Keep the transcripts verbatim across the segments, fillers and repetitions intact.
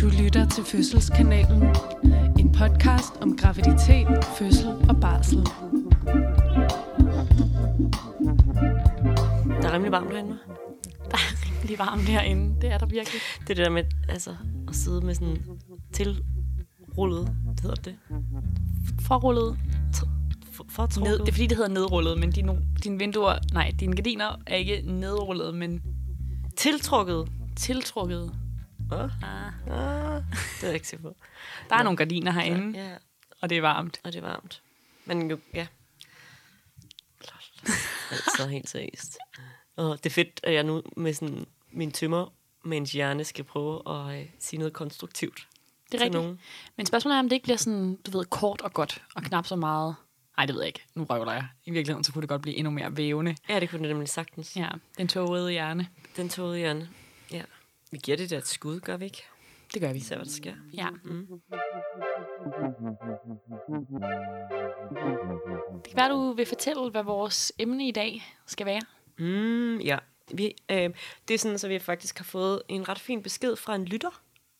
Du lytter til Fødselskanalen, en podcast om graviditet, fødsel og barsel. Der er rimelig varmt herinde. Der er rimelig varmt herinde, det er der virkelig. Det er det der med altså, at sidde med sådan tilrullet, hvad hedder det? Forrullet. For, fortrukket. Ned, det er fordi, det hedder nedrullet, men dine, dine vinduer, nej, dine gardiner er ikke nedrullet, men Tiltrukket. tiltrukket. Ah, Ah. ah, det er jeg ikke sikker på. Der er Nå. nogle gardiner herinde, Ja, og det er varmt. og det er varmt. Men jo, ja. Altså helt seriøst. Og det er fedt, at jeg nu med sådan min tømmer, mens hjerne skal prøve at øh, sige noget konstruktivt. Det er rigtigt. Nogen. Men spørgsmålet er, om det ikke bliver sådan, du ved, kort og godt, og knap så meget. Nej, det ved jeg ikke. Nu røvler jeg. I virkeligheden, så kunne det godt blive endnu mere vævende. Ja, det kunne det nemlig sagtens. Ja, den tågede hjerne. Den tågede hjerne. Ja. Vi giver det der et skud, gør vi ikke? Det gør vi. Vi ser, hvad der sker. Ja. Mm. Det kan være, du vil fortælle, hvad vores emne i dag skal være. Mm, ja. Vi, øh, det er sådan, så vi faktisk har fået en ret fin besked fra en lytter,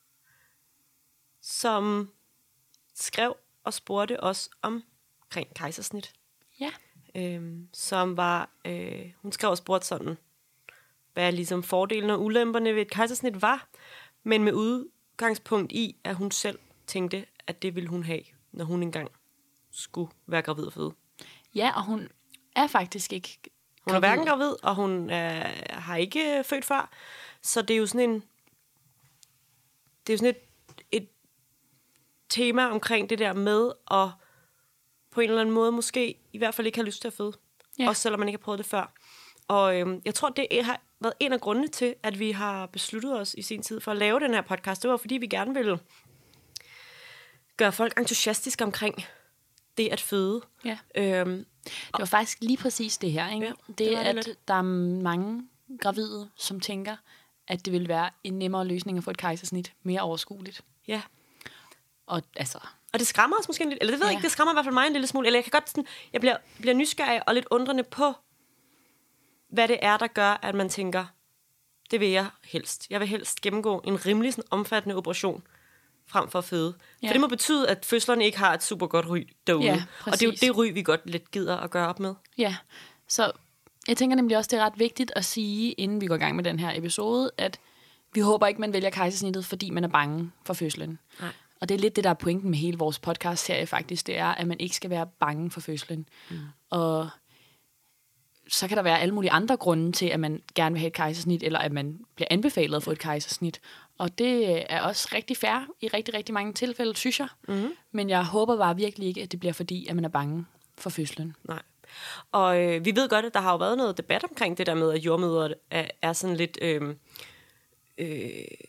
som skrev og spurgte os omkring kejsersnit. Ja. Øhm, som var, øh, hun skrev og spurgte sådan, hvad ligesom fordelene og ulemperne ved et kejsersnit var, men med udgangspunkt i, at hun selv tænkte, at det ville hun have, når hun engang skulle være gravid og føde. Ja, og hun er faktisk ikke Hun er hverken gravid, og hun øh, har ikke født før, så det er jo sådan en, det er jo sådan et, et tema omkring det der med at på en eller anden måde måske i hvert fald ikke have lyst til at føde. Ja. Også selvom man ikke har prøvet det før. Og øhm, jeg tror, det har været en af grundene til, at vi har besluttet os i sin tid for at lave den her podcast. Det var, fordi vi gerne ville gøre folk entusiastiske omkring det at føde. Ja. Øhm, Det var faktisk lige præcis det her, ikke? Ja, det, det det var det at lidt. der er mange gravide, som tænker, at det vil være en nemmere løsning at få et kejsersnit, mere overskueligt. ja. Og altså, Og det skræmmer os måske en lille, eller det ved jeg Ja. ikke, det skræmmer i hvert fald mig en lille smule. Eller jeg kan godt sådan, jeg bliver, bliver nysgerrig og lidt undrende på, hvad det er, der gør, at man tænker, det vil jeg helst. Jeg vil helst gennemgå en rimelig sådan, omfattende operation, frem for at føde. Ja. For det må betyde, at fødslerne ikke har et super godt ry derude. Ja, og det er jo præcis. det ry, vi godt lidt gider at gøre op med. ja. Så jeg tænker nemlig også, det er ret vigtigt at sige, inden vi går i gang med den her episode, at vi håber ikke, man vælger kejsersnittet, fordi man er bange for fødslen. Nej. Og det er lidt det, der er pointen med hele vores podcast-serie faktisk, det er, at man ikke skal være bange for fødslen. Mm. Og så kan der være alle mulige andre grunde til, at man gerne vil have et kejsersnit, eller at man bliver anbefalet at få et kejsersnit. Og det er også rigtig fair i rigtig, rigtig mange tilfælde, synes jeg. Mm. Men jeg håber bare virkelig ikke, at det bliver fordi, at man er bange for fødslen. Nej. Og øh, vi ved godt, at der har jo været noget debat omkring det der med, at jordmødre er, er sådan lidt øh, øh,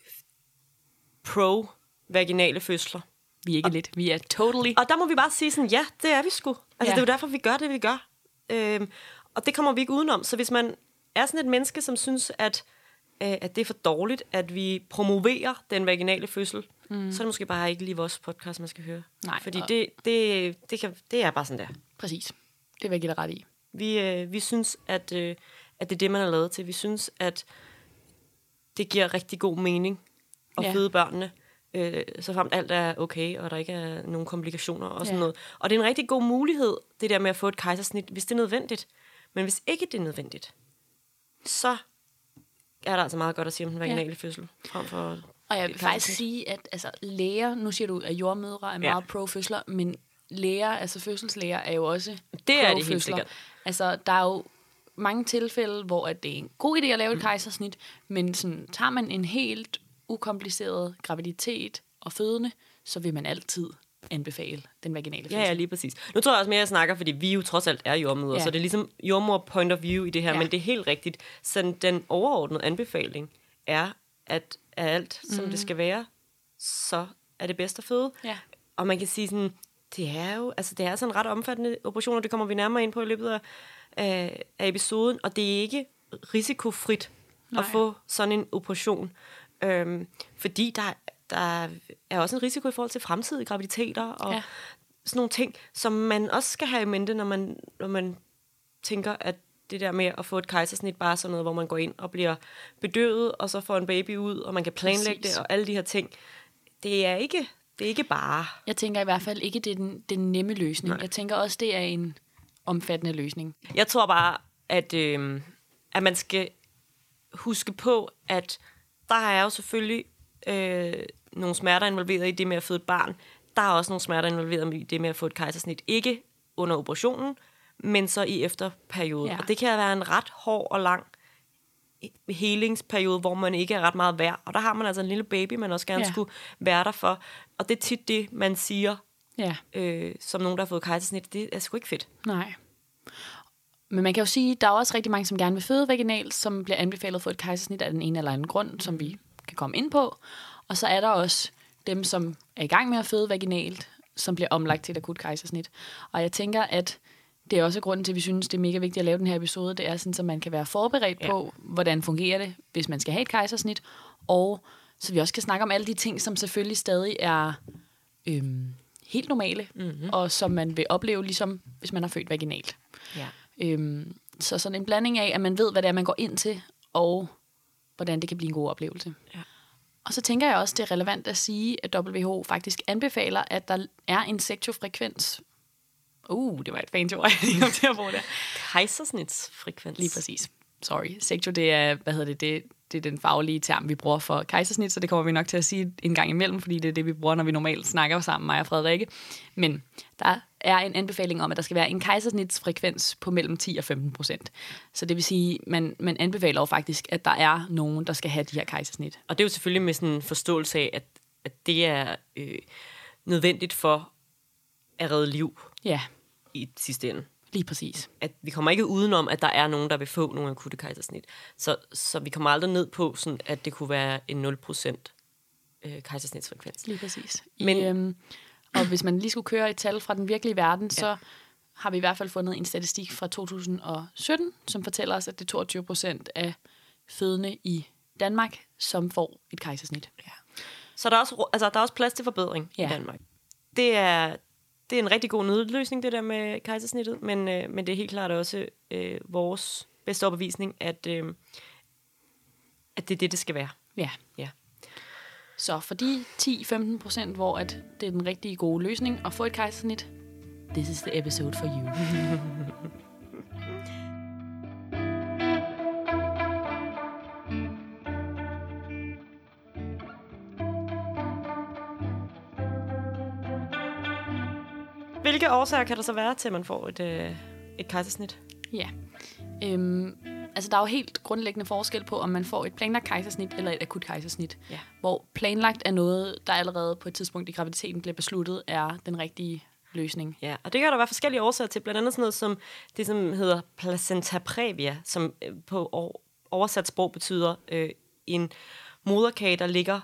pro-vaginale fødsler. Vi er ikke og, lidt, vi er totally. Og der må vi bare sige sådan, ja, det er vi sgu. Altså, Ja. det er jo derfor, vi gør det, vi gør. Øhm, og det kommer vi ikke udenom. Så hvis man er sådan et menneske, som synes, at, øh, at det er for dårligt, at vi promoverer den vaginale fødsel, mm. så er det måske bare ikke lige vores podcast, man skal høre. Nej, Fordi og- det, det, det, kan, det er bare sådan der. Præcis. Det vil jeg give dig ret i. Vi, øh, vi synes, at, øh, at det er det, man er lavet til. Vi synes, at det giver rigtig god mening at Ja. føde børnene, øh, så fremt alt er okay, og der ikke er nogen komplikationer og sådan Ja. noget. Og det er en rigtig god mulighed, det der med at få et kejsersnit, hvis det er nødvendigt. Men hvis ikke det er nødvendigt, så er der altså meget godt at sige om den vaginale ja. fødsel. Frem for Og jeg vil faktisk sige, at altså, læger, nu siger du, at jordmødre er meget ja. pro-fødsler, men læger, altså fødselslæger, er jo også det er det helt pro-fødsler. sikkert. Altså, der er jo mange tilfælde, hvor at det er en god idé at lave et mm. kejsersnit, men sådan, tager man en helt ukompliceret graviditet og fødende, så vil man altid anbefale den vaginale fødsel. Ja, ja, lige præcis. Nu tror jeg også mere, jeg snakker, fordi vi jo trods alt er jordmødre, ja. så det er ligesom jordmor point of view i det her, ja. men det er helt rigtigt. Så den overordnede anbefaling er, at er alt, som mm. det skal være, så er det bedst at føde. Ja. Og man kan sige sådan, det er jo, altså det er sådan ret omfattende operationer, det kommer vi nærmere ind på i løbet af, af, af episoden, og det er ikke risikofrit Nej. at få sådan en operation, øhm, fordi der, der er også en risiko i forhold til fremtidige graviditeter, og ja. sådan nogle ting, som man også skal have i mente, når man, når man tænker, at det der med at få et kejsersnit bare sådan noget, hvor man går ind og bliver bedøvet, og så får en baby ud, og man kan planlægge Præcis. det, og alle de her ting. det er ikke, det er ikke bare... Jeg tænker i hvert fald ikke, det er den, den nemme løsning. Nej. Jeg tænker også, det er en omfattende løsning. Jeg tror bare, at, øh, at man skal huske på, at der er jo selvfølgelig øh, nogle smerter involveret i det med at føde et barn. Der er også nogle smerter involveret i det med at få et kejsersnit. Ikke under operationen, men så i efterperioden. Ja. Og det kan være en ret hård og lang helingsperiode, hvor man ikke er ret meget værd. Og der har man altså en lille baby, man også gerne ja. skulle være der for. Og det er tit det, man siger, ja. øh, som nogen, der har fået kejsersnit. Det er sgu ikke fedt. Nej. Men man kan jo sige, at der er også rigtig mange, som gerne vil føde vaginalt, som bliver anbefalet at få et kejsersnit af den ene eller anden grund, som vi kan komme ind på. Og så er der også dem, som er i gang med at føde vaginalt, som bliver omlagt til et akut kejsersnit. Og jeg tænker, at det er også grunden til, at vi synes, det er mega vigtigt at lave den her episode. Det er sådan, så man kan være forberedt ja. på, hvordan fungerer det, hvis man skal have et kejsersnit. Og så vi også kan snakke om alle de ting, som selvfølgelig stadig er øhm, helt normale, mm-hmm. og som man vil opleve, ligesom hvis man har født vaginalt. Ja. Øhm, så sådan en blanding af, at man ved, hvad det er, man går ind til, og hvordan det kan blive en god oplevelse. Ja. Og så tænker jeg også, det er relevant at sige, at W H O faktisk anbefaler, at der er en sektofrekvens. Uh, det var et fancy ord, jeg kom til at bruge det. Kejsersnitsfrekvens. Lige præcis. Sorry. Sektio, det er, hvad hedder det, det, det er den faglige term, vi bruger for kejsersnit, så det kommer vi nok til at sige en gang imellem, fordi det er det, vi bruger, når vi normalt snakker sammen, mig og Frederikke. Men der er en anbefaling om, at der skal være en kejsersnitsfrekvens på mellem ti og femten procent. Så det vil sige, man, man anbefaler jo faktisk, at der er nogen, der skal have de her kejsersnit. Og det er jo selvfølgelig med sådan en forståelse af, at, at det er øh, nødvendigt for at redde liv. Ja. I sidste ende. Lige præcis. At vi kommer ikke udenom, at der er nogen, der vil få nogle akutte kejsersnit. Så, så vi kommer aldrig ned på, sådan, at det kunne være en nul procent øh, kejsersnitsfrekvens. Lige præcis. Men, I, øhm, og hvis man lige skulle køre et tal fra den virkelige verden, ja. så har vi i hvert fald fundet en statistik fra to tusind og sytten, som fortæller os, at det er toogtyve procent af fødende i Danmark, som får et kejsersnit. Ja. Så der er, også, altså, der er også plads til forbedring ja. i Danmark. Det er... Det er en rigtig god nødløsning, det der med kejsersnittet, men, øh, men det er helt klart også øh, vores bedste overbevisning, at, øh, at det er det, det skal være. Ja. ja. Så for de ti til femten procent, hvor at det er den rigtig gode løsning at få et kejsersnit, this is the episode for you. Hvilke årsager kan der så være til, at man får et, øh, et kejsersnit? Ja, øhm, altså der er jo helt grundlæggende forskel på, om man får et planlagt kejsersnit eller et akut kejsersnit. Ja. Hvor planlagt er noget, der allerede på et tidspunkt i graviditeten bliver besluttet, er den rigtige løsning. Ja, og det kan der være forskellige årsager til, blandt andet sådan noget som det, som hedder placenta previa, som på oversat sprog betyder øh, en moderkage, der ligger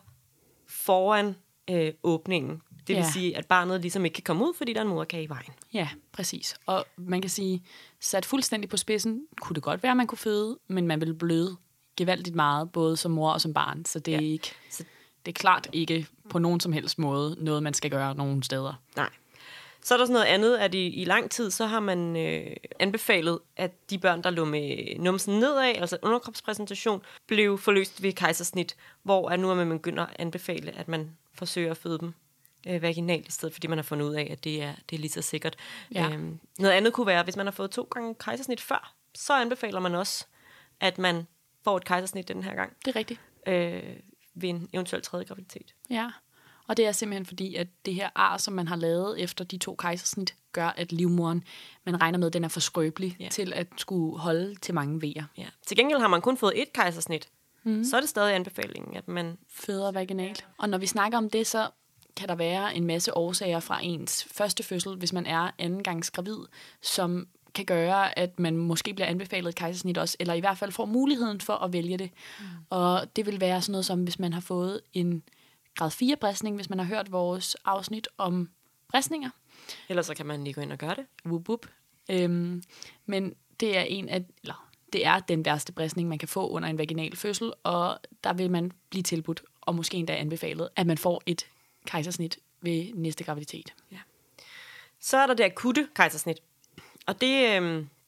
foran øh, åbningen. Det vil ja. sige, at barnet ligesom ikke kan komme ud, fordi der er en moderkage i vejen. Ja, præcis. Og man kan sige, sat fuldstændig på spidsen, kunne det godt være, at man kunne føde, men man vil bløde gevaldigt meget, både som mor og som barn. Så det er, ja. ikke, så det er klart ikke på nogen som helst måde noget, man skal gøre nogen steder. Nej. Så er der sådan noget andet, at i, i lang tid, så har man øh, anbefalet, at de børn, der lå med numsen nedad, altså underkropspræsentation, blev forløst ved kejsersnit, hvor at nu er man begynder at anbefale, at man forsøger at føde dem øh, vaginalt i stedet, fordi man har fundet ud af, at det er, det er lige så sikkert. Ja. Øhm, noget andet kunne være, hvis man har fået to gange kejsersnit før, så anbefaler man også, at man får et kejsersnit den her gang. Det er rigtigt. Øh, ved en eventuel tredje graviditet. Ja, og det er simpelthen fordi, at det her ar, som man har lavet efter de to kejsersnit, gør, at livmoderen, man regner med, at den er for skrøbelig ja. til at skulle holde til mange vejer. Ja. Til gengæld har man kun fået et kejsersnit, mm. så er det stadig anbefalingen, at man føder vaginalt. Og når vi snakker om det, så kan der være en masse årsager fra ens første fødsel, hvis man er anden gangs gravid, som kan gøre, at man måske bliver anbefalet et kejsersnit også, eller i hvert fald får muligheden for at vælge det. Mm. Og det vil være sådan noget som, hvis man har fået en grad fire bristning, hvis man har hørt vores afsnit om bristninger. Ellers så kan man lige gå ind og gøre det. Wup, wup. Øhm, men det er en af, eller det er den værste bristning, man kan få under en vaginal fødsel, og der vil man blive tilbudt, og måske endda anbefalet, at man får et kejsersnit ved næste graviditet. Ja. Så er der det akutte kejsersnit. Og det, øh,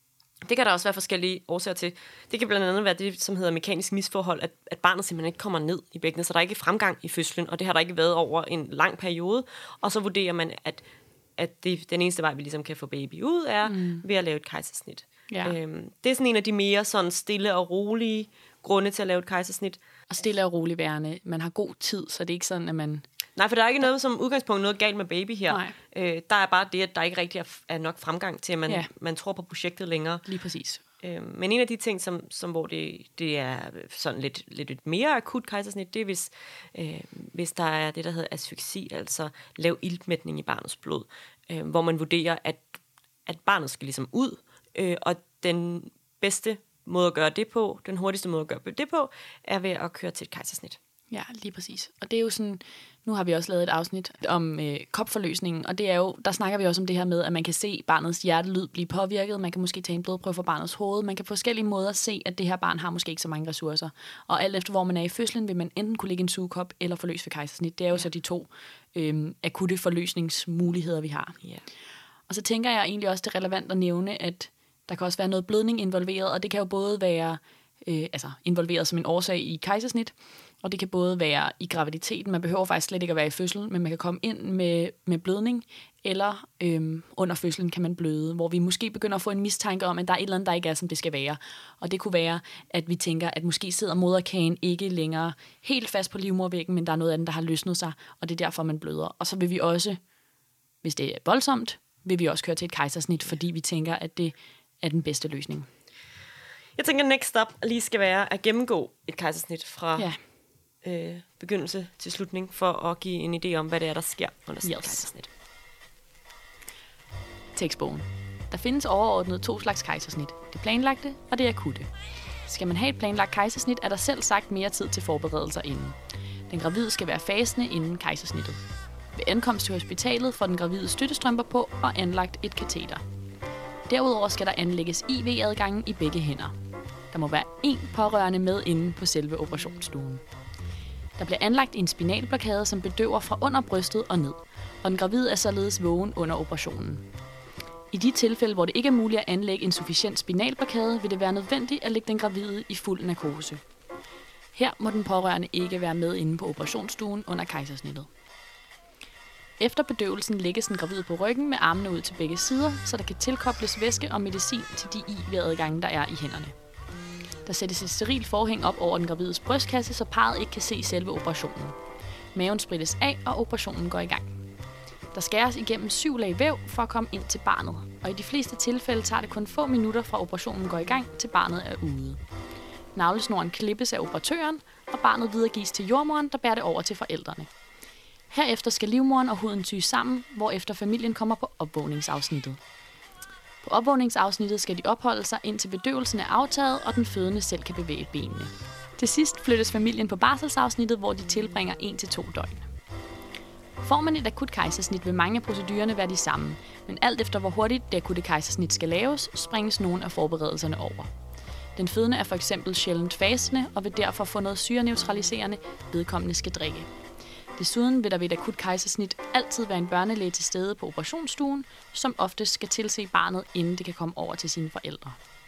Det kan der også være forskellige årsager til. Det kan blandt andet være det, som hedder mekanisk misforhold, at, at barnet simpelthen ikke kommer ned i bækkenet, så der er ikke fremgang i fødslen, og det har der ikke været over en lang periode. Og så vurderer man, at, at det, den eneste vej, vi ligesom kan få baby ud, er mm. ved at lave et kejsersnit. Ja. Øhm, det er sådan en af de mere sådan stille og rolige grunde til at lave et kejsersnit. Og stille og rolig værende. Man har god tid, så det er ikke sådan, at man... Nej, for der er ikke noget som udgangspunkt noget galt med baby her. Øh, der er bare det, at der ikke rigtig er, er nok fremgang til, at man, ja. man tror på projektet længere. Lige præcis. Øh, men en af de ting, som, som hvor det, det er sådan lidt, lidt et mere akut kejsersnit, det er, hvis, øh, hvis der er det, der hedder asfyksi, altså lav iltmætning i barnets blod, øh, hvor man vurderer, at, at barnet skal ligesom ud, øh, og den bedste måde at gøre det på, den hurtigste måde at gøre det på, er ved at køre til et kejsersnit. Ja, lige præcis. Og det er jo sådan, nu har vi også lavet et afsnit om øh, kopforløsningen, og det er jo, der snakker vi også om det her med, at man kan se barnets hjertelyd blive påvirket, man kan måske tage en blodprøve for barnets hoved, man kan på forskellige måder se, at det her barn har måske ikke så mange ressourcer. Og alt efter hvor man er i fødslen, vil man enten kunne lægge en sugekop eller forløse ved kejsersnit. Det er jo ja. så de to øh, akutte forløsningsmuligheder, vi har. Ja. Og så tænker jeg egentlig også, det er relevant at nævne, at der kan også være noget blødning involveret, og det kan jo både være øh, altså involveret som en årsag i kejsersnit, og det kan både være i graviditeten, man behøver faktisk slet ikke at være i fødsel, men man kan komme ind med, med blødning, eller øhm, under fødslen kan man bløde, hvor vi måske begynder at få en mistanke om, at der er et eller andet, der ikke er, som det skal være. Og det kunne være, at vi tænker, at måske sidder moderkagen ikke længere helt fast på livmodervæggen, men der er noget af den, der har løsnet sig, og det er derfor, man bløder. Og så vil vi også, hvis det er voldsomt, vil vi også køre til et kejsersnit, fordi vi tænker, at det er den bedste løsning. Jeg tænker, next stop lige skal være at gennemgå et kejsersnit fra... Ja. Øh, begyndelse til slutning, for at give en idé om, hvad det er, der sker under sådan et yes. kejsersnit. Tekstbogen. Der findes overordnet to slags kejsersnit. Det planlagte og det akutte. Skal man have et planlagt kejsersnit, er der selv sagt mere tid til forberedelser inden. Den gravide skal være fasende inden kejsersnittet. Ved ankomst til hospitalet får den gravide støttestrømper på og anlagt et kateter. Derudover skal der anlægges I V-adgangen i begge hænder. Der må være én pårørende med inde på selve operationsstuen. Der bliver anlagt en spinalblokade, som bedøver fra under brystet og ned, og den gravide er således vågen under operationen. I de tilfælde, hvor det ikke er muligt at anlægge en sufficient spinalblokade, vil det være nødvendigt at lægge den gravide i fuld narkose. Her må den pårørende ikke være med inde på operationsstuen under kejsersnittet. Efter bedøvelsen lægges den gravide på ryggen med armene ud til begge sider, så der kan tilkobles væske og medicin til de I V-adgange, der er i hænderne. Der sættes et sterilt forhæng op over den gravides brystkasse, så parret ikke kan se selve operationen. Maven sprittes af, og operationen går i gang. Der skæres igennem syv lag væv for at komme ind til barnet, og i de fleste tilfælde tager det kun få minutter fra operationen går i gang, til barnet er ude. Navlesnoren klippes af operatøren, og barnet videregives til jordmoren, der bærer det over til forældrene. Herefter skal livmoderen og huden sy sammen, hvorefter familien kommer på opvågningsafsnittet. På opvågningsafsnittet skal de opholde sig, indtil bedøvelsen er aftaget, og den fødende selv kan bevæge benene. Til sidst flyttes familien på barselsafsnittet, hvor de tilbringer en til to døgn. Får man et akut kejsersnit, vil mange af procedurerne være de samme, men alt efter hvor hurtigt det akutte kejsersnit skal laves, springes nogle af forberedelserne over. Den fødende er for eksempel sjældent fasende og vil derfor få noget syreneutraliserende, vedkommende skal drikke. Desuden vil der ved et akut kejsersnit altid være en børnelæge til stede på operationsstuen, som oftest skal tilse barnet, inden det kan komme over til sine forældre.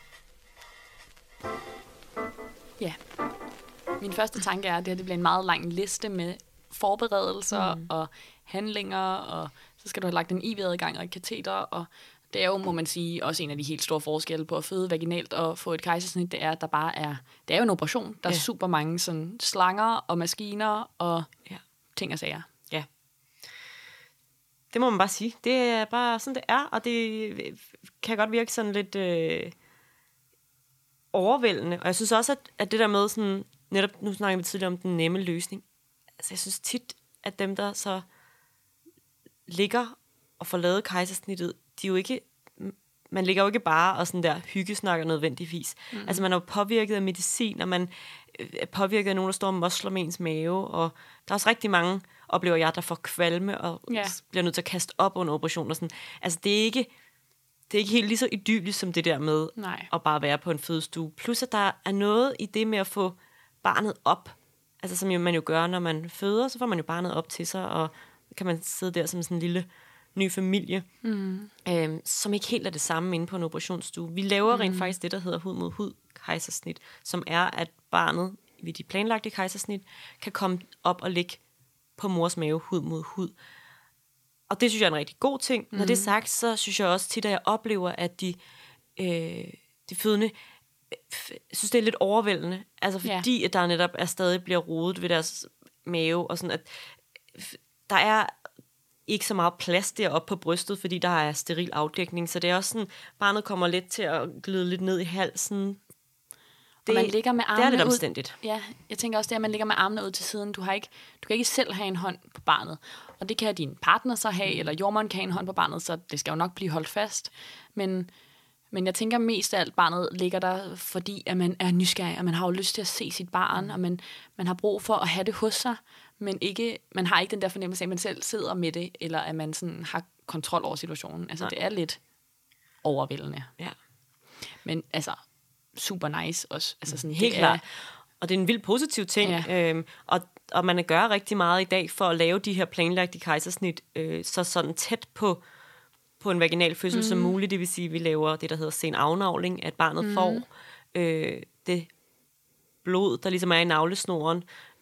Ja, min første tanke er, at det her det bliver en meget lang liste med forberedelser mm. og handlinger, og så skal du have lagt en I V-adgang og et kateter, og det er jo, må man sige, også en af de helt store forskelle på at føde vaginalt og få et kejsersnit, det er, at der bare er, det er jo en operation. Der er ja. super mange sådan, slanger og maskiner og ja. ting og sager. Ja. Det må man bare sige. Det er bare sådan, det er, og det kan godt virke sådan lidt øh, overvældende. Og jeg synes også, at, at det der med sådan, netop nu snakker vi tidligere om den nemme løsning. Altså jeg synes tit, at dem, der så ligger og får lavet kejsersnittet, de er jo ikke, man ligger jo ikke bare og sådan der hyggesnakker nødvendigvis. Mm. Altså man er jo påvirket af medicin, og man er påvirket af nogen, der står og mosler med ens mave, og der er også rigtig mange, oplever jeg, der får kvalme og ja. bliver nødt til at kaste op under operationen. Og sådan. Altså det er ikke, det er ikke helt lige så idyllisk som det der med Nej. at bare være på en fødestue. Plus at der er noget i det med at få barnet op, altså som man jo gør, når man føder, så får man jo barnet op til sig, og kan man sidde der som sådan en lille ny familie, mm. øh, som ikke helt er det samme inde på en operationsstue. Vi laver mm. rent faktisk det, der hedder hud mod hud kejsersnit, som er, at barnet ved de planlagte kejsersnit kan komme op og ligge på mors mave hud mod hud. Og det synes jeg er en rigtig god ting. Mm. Når det er sagt, så synes jeg også tit, at jeg oplever, at de, øh, de fødende synes, det er lidt overvældende. Altså fordi, ja. at der netop er stadig bliver rodet ved deres mave, og sådan at der er ikke så meget plads deroppe på brystet, fordi der er steril afdækning, så det er også sådan, barnet kommer lidt til at glide lidt ned i halsen. Det, man ligger med armene det er lidt omstændigt. Ud, ja, jeg tænker også det, at man ligger med armene ud til siden. Du, har ikke, du kan ikke selv have en hånd på barnet, og det kan din partner så have, eller jordmoderen kan have en hånd på barnet, så det skal jo nok blive holdt fast. Men, men jeg tænker mest af alt, barnet ligger der, fordi at man er nysgerrig, og man har jo lyst til at se sit barn, og man, man har brug for at have det hos sig, men ikke, man har ikke den der fornemmelse af, at man selv sidder med det, eller at man sådan har kontrol over situationen. Altså, Nej. det er lidt overvældende. Ja. Men altså, super nice også. Altså, sådan, helt klart. Og det er en vildt positiv ting. Ja. Øhm, og, og man gør rigtig meget i dag for at lave de her planlagte kejsersnit øh, så sådan tæt på, på en vaginal fødsel mm. som muligt. Det vil sige, at vi laver det, der hedder sen afnavling, at barnet mm. får øh, det blod, der ligesom er i navlesnoren,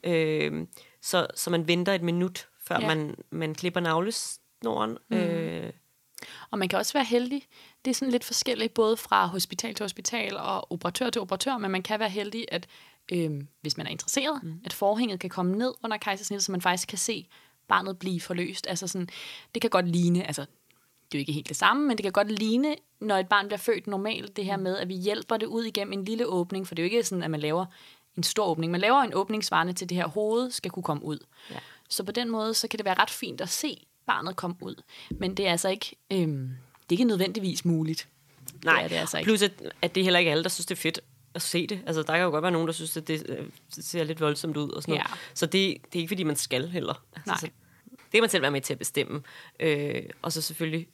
øh, så, så man venter et minut, før ja. man, man klipper navlesnoren. Mm. Øh. Og man kan også være heldig. Det er sådan lidt forskelligt, både fra hospital til hospital og operatør til operatør, men man kan være heldig, at øh, hvis man er interesseret, mm. at forhænget kan komme ned under kejsersnittet, så man faktisk kan se barnet blive forløst. Altså sådan, det kan godt ligne, altså det er jo ikke helt det samme, men det kan godt ligne, når et barn bliver født normalt, det her med, at vi hjælper det ud igennem en lille åbning, for det er jo ikke sådan, at man laver en stor åbning. Man laver en åbning svarende til, det her hoved skal kunne komme ud. Ja. Så på den måde, så kan det være ret fint at se barnet komme ud. Men det er altså ikke, øhm, det er ikke nødvendigvis muligt. Nej, det er det altså ikke. Plus at, at det er heller ikke alle, der synes, det er fedt at se det. Altså, der kan jo godt være nogen, der synes, at det, øh, det ser lidt voldsomt ud og sådan noget. Ja. Så det, det er ikke, fordi man skal heller. Altså, det kan man selv være med til at bestemme. Øh, og så selvfølgelig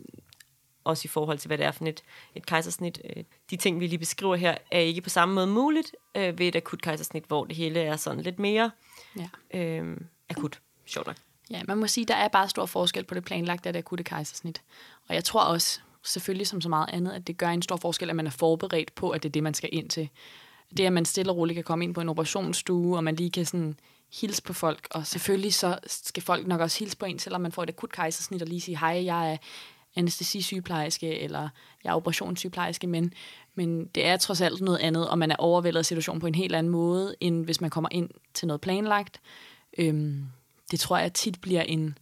også i forhold til, hvad det er for et, et kejsersnit. Øh, de ting, vi lige beskriver her, er ikke på samme måde muligt øh, ved et akut kejsersnit, hvor det hele er sådan lidt mere ja. øh, akut. Sjovt nok. Ja, man må sige, der er bare stor forskel på det planlagte og det akutte kejsersnit. Og jeg tror også, selvfølgelig som så meget andet, at det gør en stor forskel, at man er forberedt på, at det er det, man skal ind til. Det, at man stille og roligt kan komme ind på en operationsstue, og man lige kan sådan hilse på folk, og selvfølgelig så skal folk nok også hilse på en, selvom man får et akut kejsersnit, og lige sige, hej, jeg er anæstesisygeplejerske, eller jeg er operationssygeplejerske, men, men det er trods alt noget andet, og man er overvældet af situationen på en helt anden måde, end hvis man kommer ind til noget planlagt. Øhm, det tror jeg tit bliver en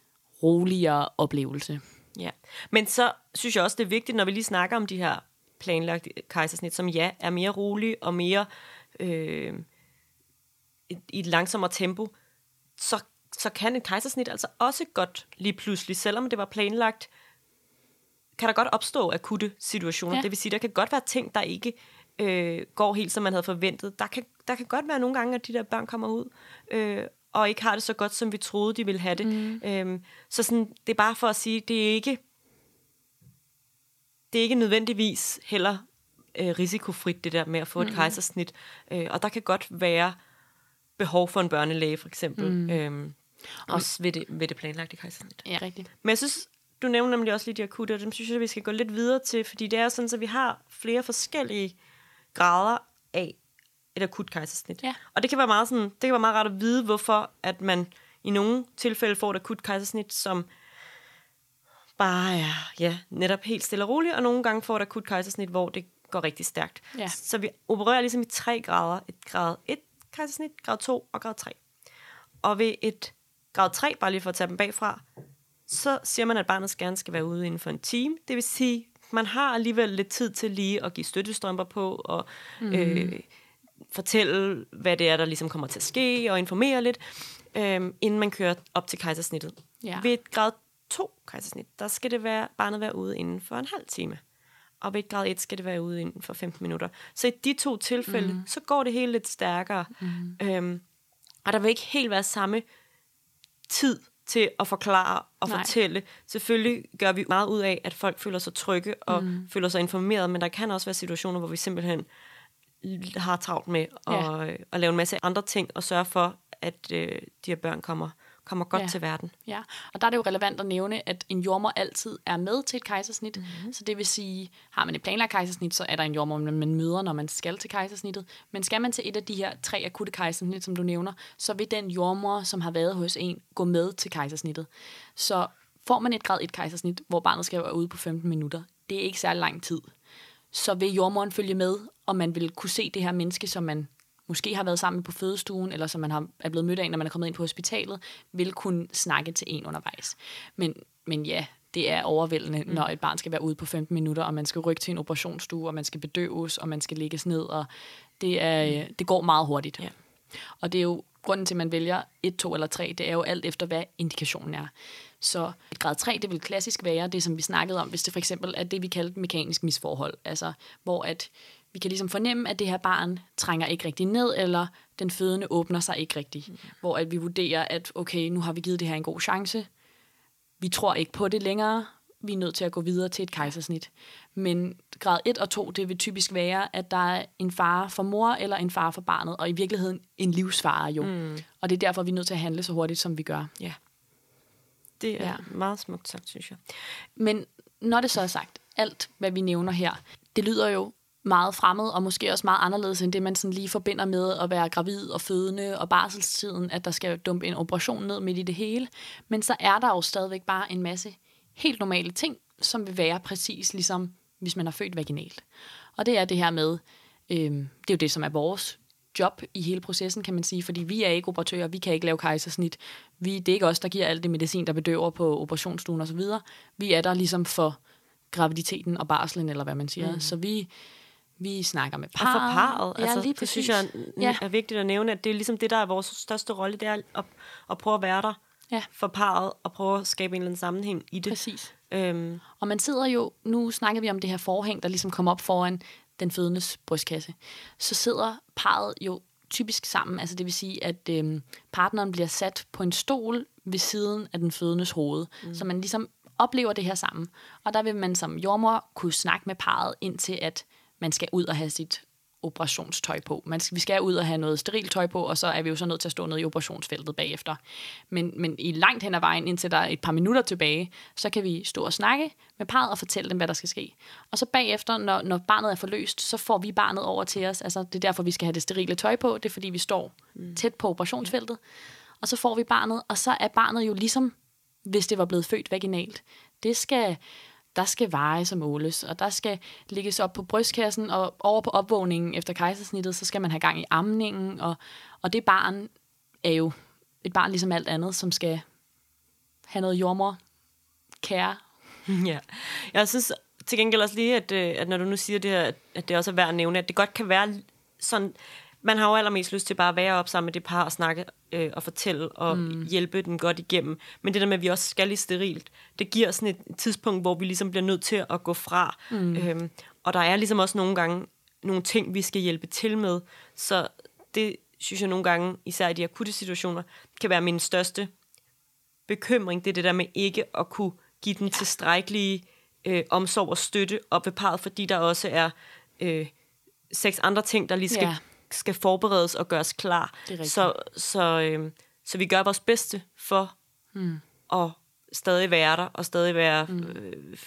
roligere oplevelse. Ja, men så synes jeg også, det er vigtigt, når vi lige snakker om de her planlagte kejsersnit, som ja, er mere rolige og mere øh, i et langsommere tempo, så, så kan et kejsersnit altså også godt lige pludselig, selvom det var planlagt, kan der godt opstå akutte situationer. Ja. Det vil sige, der kan godt være ting, der ikke øh, går helt, som man havde forventet. Der kan, der kan godt være nogle gange, at de der børn kommer ud øh, og ikke har det så godt, som vi troede, de ville have det. Mm. Øhm, så sådan, det er bare for at sige, det er ikke, det er ikke nødvendigvis heller øh, risikofrit, det der med at få et mm. kejsersnit. Øh, og der kan godt være behov for en børnelæge, for eksempel. Mm. Øhm, også ved det, ved det planlagte kejsersnit. Ja, rigtigt. Men jeg synes, du nævner nemlig også lige de akutte, og dem synes jeg, vi skal gå lidt videre til, fordi det er sådan, at vi har flere forskellige grader af et akut kejsersnit. Ja. Og det kan være meget sådan, det kan være meget rart at vide, hvorfor at man i nogle tilfælde får et akut kejsersnit, som bare er ja, netop helt stille og roligt, og nogle gange får et akut kejsersnit, hvor det går rigtig stærkt. Ja. Så vi opererer ligesom i tre grader. Et grad et kejsersnit, grad to og grad tre. Og ved et grad tre, bare lige for at tage dem bagfra, så siger man, at barnet gerne skal være ude inden for en time. Det vil sige, man har alligevel lidt tid til lige at give støttestrømper på, og mm. øh, fortælle, hvad det er, der ligesom kommer til at ske, og informere lidt, øh, inden man kører op til kejsersnittet. Ja. Ved et grad to kejsersnit, der skal det være, barnet være ude inden for en halv time. Og ved et grad et skal det være ude inden for femten minutter. Så i de to tilfælde, mm. så går det hele lidt stærkere. Mm. Øhm, og der vil ikke helt være samme tid til at forklare og Nej. fortælle. Selvfølgelig gør vi meget ud af, at folk føler sig trygge og mm. føler sig informeret, men der kan også være situationer, hvor vi simpelthen har travlt med at, ja. at lave en masse andre ting og sørge for, at øh, de her børn kommer, kommer godt Ja. til verden. Ja, og der er det jo relevant at nævne, at en jordemoder altid er med til et kejsersnit. Mm-hmm. Så det vil sige, har man et planlagt kejsersnit, så er der en jordemoder, man møder, når man skal til kejsersnittet. Men skal man til et af de her tre akutte kejsersnit, som du nævner, så vil den jordemoder, som har været hos en, gå med til kejsersnittet. Så får man et grad et kejsersnit, hvor barnet skal være ude på femten minutter, det er ikke særlig lang tid. Så vil jordemoderen følge med, og man vil kunne se det her menneske, som man måske har været sammen på fødestuen, eller som man har, er blevet mødt af, når man er kommet ind på hospitalet, vil kunne snakke til en undervejs. Men, men ja, det er overvældende, mm. når et barn skal være ude på femten minutter, og man skal rykke til en operationsstue, og man skal bedøves, og man skal lægges ned, og det, er, det går meget hurtigt. Ja. Og det er jo grunden til, at man vælger et, to eller tre, det er jo alt efter, hvad indikationen er. Så et grad tre, det vil klassisk være det, som vi snakkede om, hvis det for eksempel er det, vi kalder mekanisk misforhold. Altså, hvor at vi kan ligesom fornemme, at det her barn trænger ikke rigtig ned, eller den fødende åbner sig ikke rigtigt. Mm. Hvor at vi vurderer, at okay, nu har vi givet det her en god chance. Vi tror ikke på det længere. Vi er nødt til at gå videre til et kejsersnit. Men grad et og to, det vil typisk være, at der er en fare for mor eller en fare for barnet, og i virkeligheden en livsfare jo. Mm. Og det er derfor, vi er nødt til at handle så hurtigt, som vi gør. Ja. Det er ja. meget smukt sagt, synes jeg. Men når det så er sagt, alt hvad vi nævner her, det lyder jo meget fremmed, og måske også meget anderledes end det, man sådan lige forbinder med at være gravid og fødende og barselstiden, at der skal dumpe en operation ned midt i det hele. Men så er der jo stadigvæk bare en masse helt normale ting, som vil være præcis ligesom, hvis man har født vaginalt. Og det er det her med, øh, det er jo det, som er vores job i hele processen, kan man sige, fordi vi er ikke operatører, vi kan ikke lave kejsersnit. Vi, det er ikke os, der giver alt det medicin, der bedøver på operationsstuen osv. Vi er der ligesom for graviditeten og barslen, eller hvad man siger. Mm. Så vi, vi snakker med parret. Og for parret. Ja, altså, lige det synes jeg ja. er vigtigt at nævne, at det er ligesom det, der er vores største rolle, det er at, at prøve at være der ja. for parret, og prøve at skabe en eller anden sammenhæng i det. Præcis. Øhm. Og man sidder jo, nu snakker vi om det her forhæng, der ligesom kommer op foran den fødendes brystkasse. Så sidder parret jo typisk sammen, altså det vil sige, at øhm, partneren bliver sat på en stol ved siden af den fødendes hoved, mm. så man ligesom oplever det her sammen. Og der vil man som jordemoder kunne snakke med parret indtil, at man skal ud og have sit operationstøj på. Man skal, vi skal ud og have noget sterilt tøj på, og så er vi jo så nødt til at stå nede i operationsfeltet bagefter. Men, men i langt hen ad vejen, indtil der er et par minutter tilbage, så kan vi stå og snakke med parret og fortælle dem, hvad der skal ske. Og så bagefter, når, når barnet er forløst, så får vi barnet over til os. Altså, det er derfor, vi skal have det sterile tøj på. Det er, fordi vi står mm. tæt på operationsfeltet. Og så får vi barnet, og så er barnet jo ligesom, hvis det var blevet født vaginalt. Det skal... Der skal vejes og måles, og der skal ligges op på brystkassen, og over på opvågningen efter kejsersnittet, så skal man have gang i amningen, og, og det barn er jo et barn ligesom alt andet, som skal have noget jordmor, kære. Ja, jeg synes til gengæld også lige, at, at når du nu siger det her, at det også er værd at nævne, at det godt kan være sådan, man har jo allermest lyst til bare at være op sammen med det par og snakke øh, og fortælle og mm. hjælpe dem godt igennem. Men det der med, at vi også skal i sterilt, det giver sådan et tidspunkt, hvor vi ligesom bliver nødt til at gå fra. Mm. Øhm, og der er ligesom også nogle gange nogle ting, vi skal hjælpe til med. Så det synes jeg nogle gange, især i de akutte situationer, kan være min største bekymring. Det er det der med ikke at kunne give den tilstrækkelige øh, omsorg og støtte op ved parret, fordi der også er øh, seks andre ting, der lige skal... Ja. skal forberedes og gøres klar. Så, så, øh, så vi gør vores bedste for mm. at stadig være der, og stadig være mm. øh,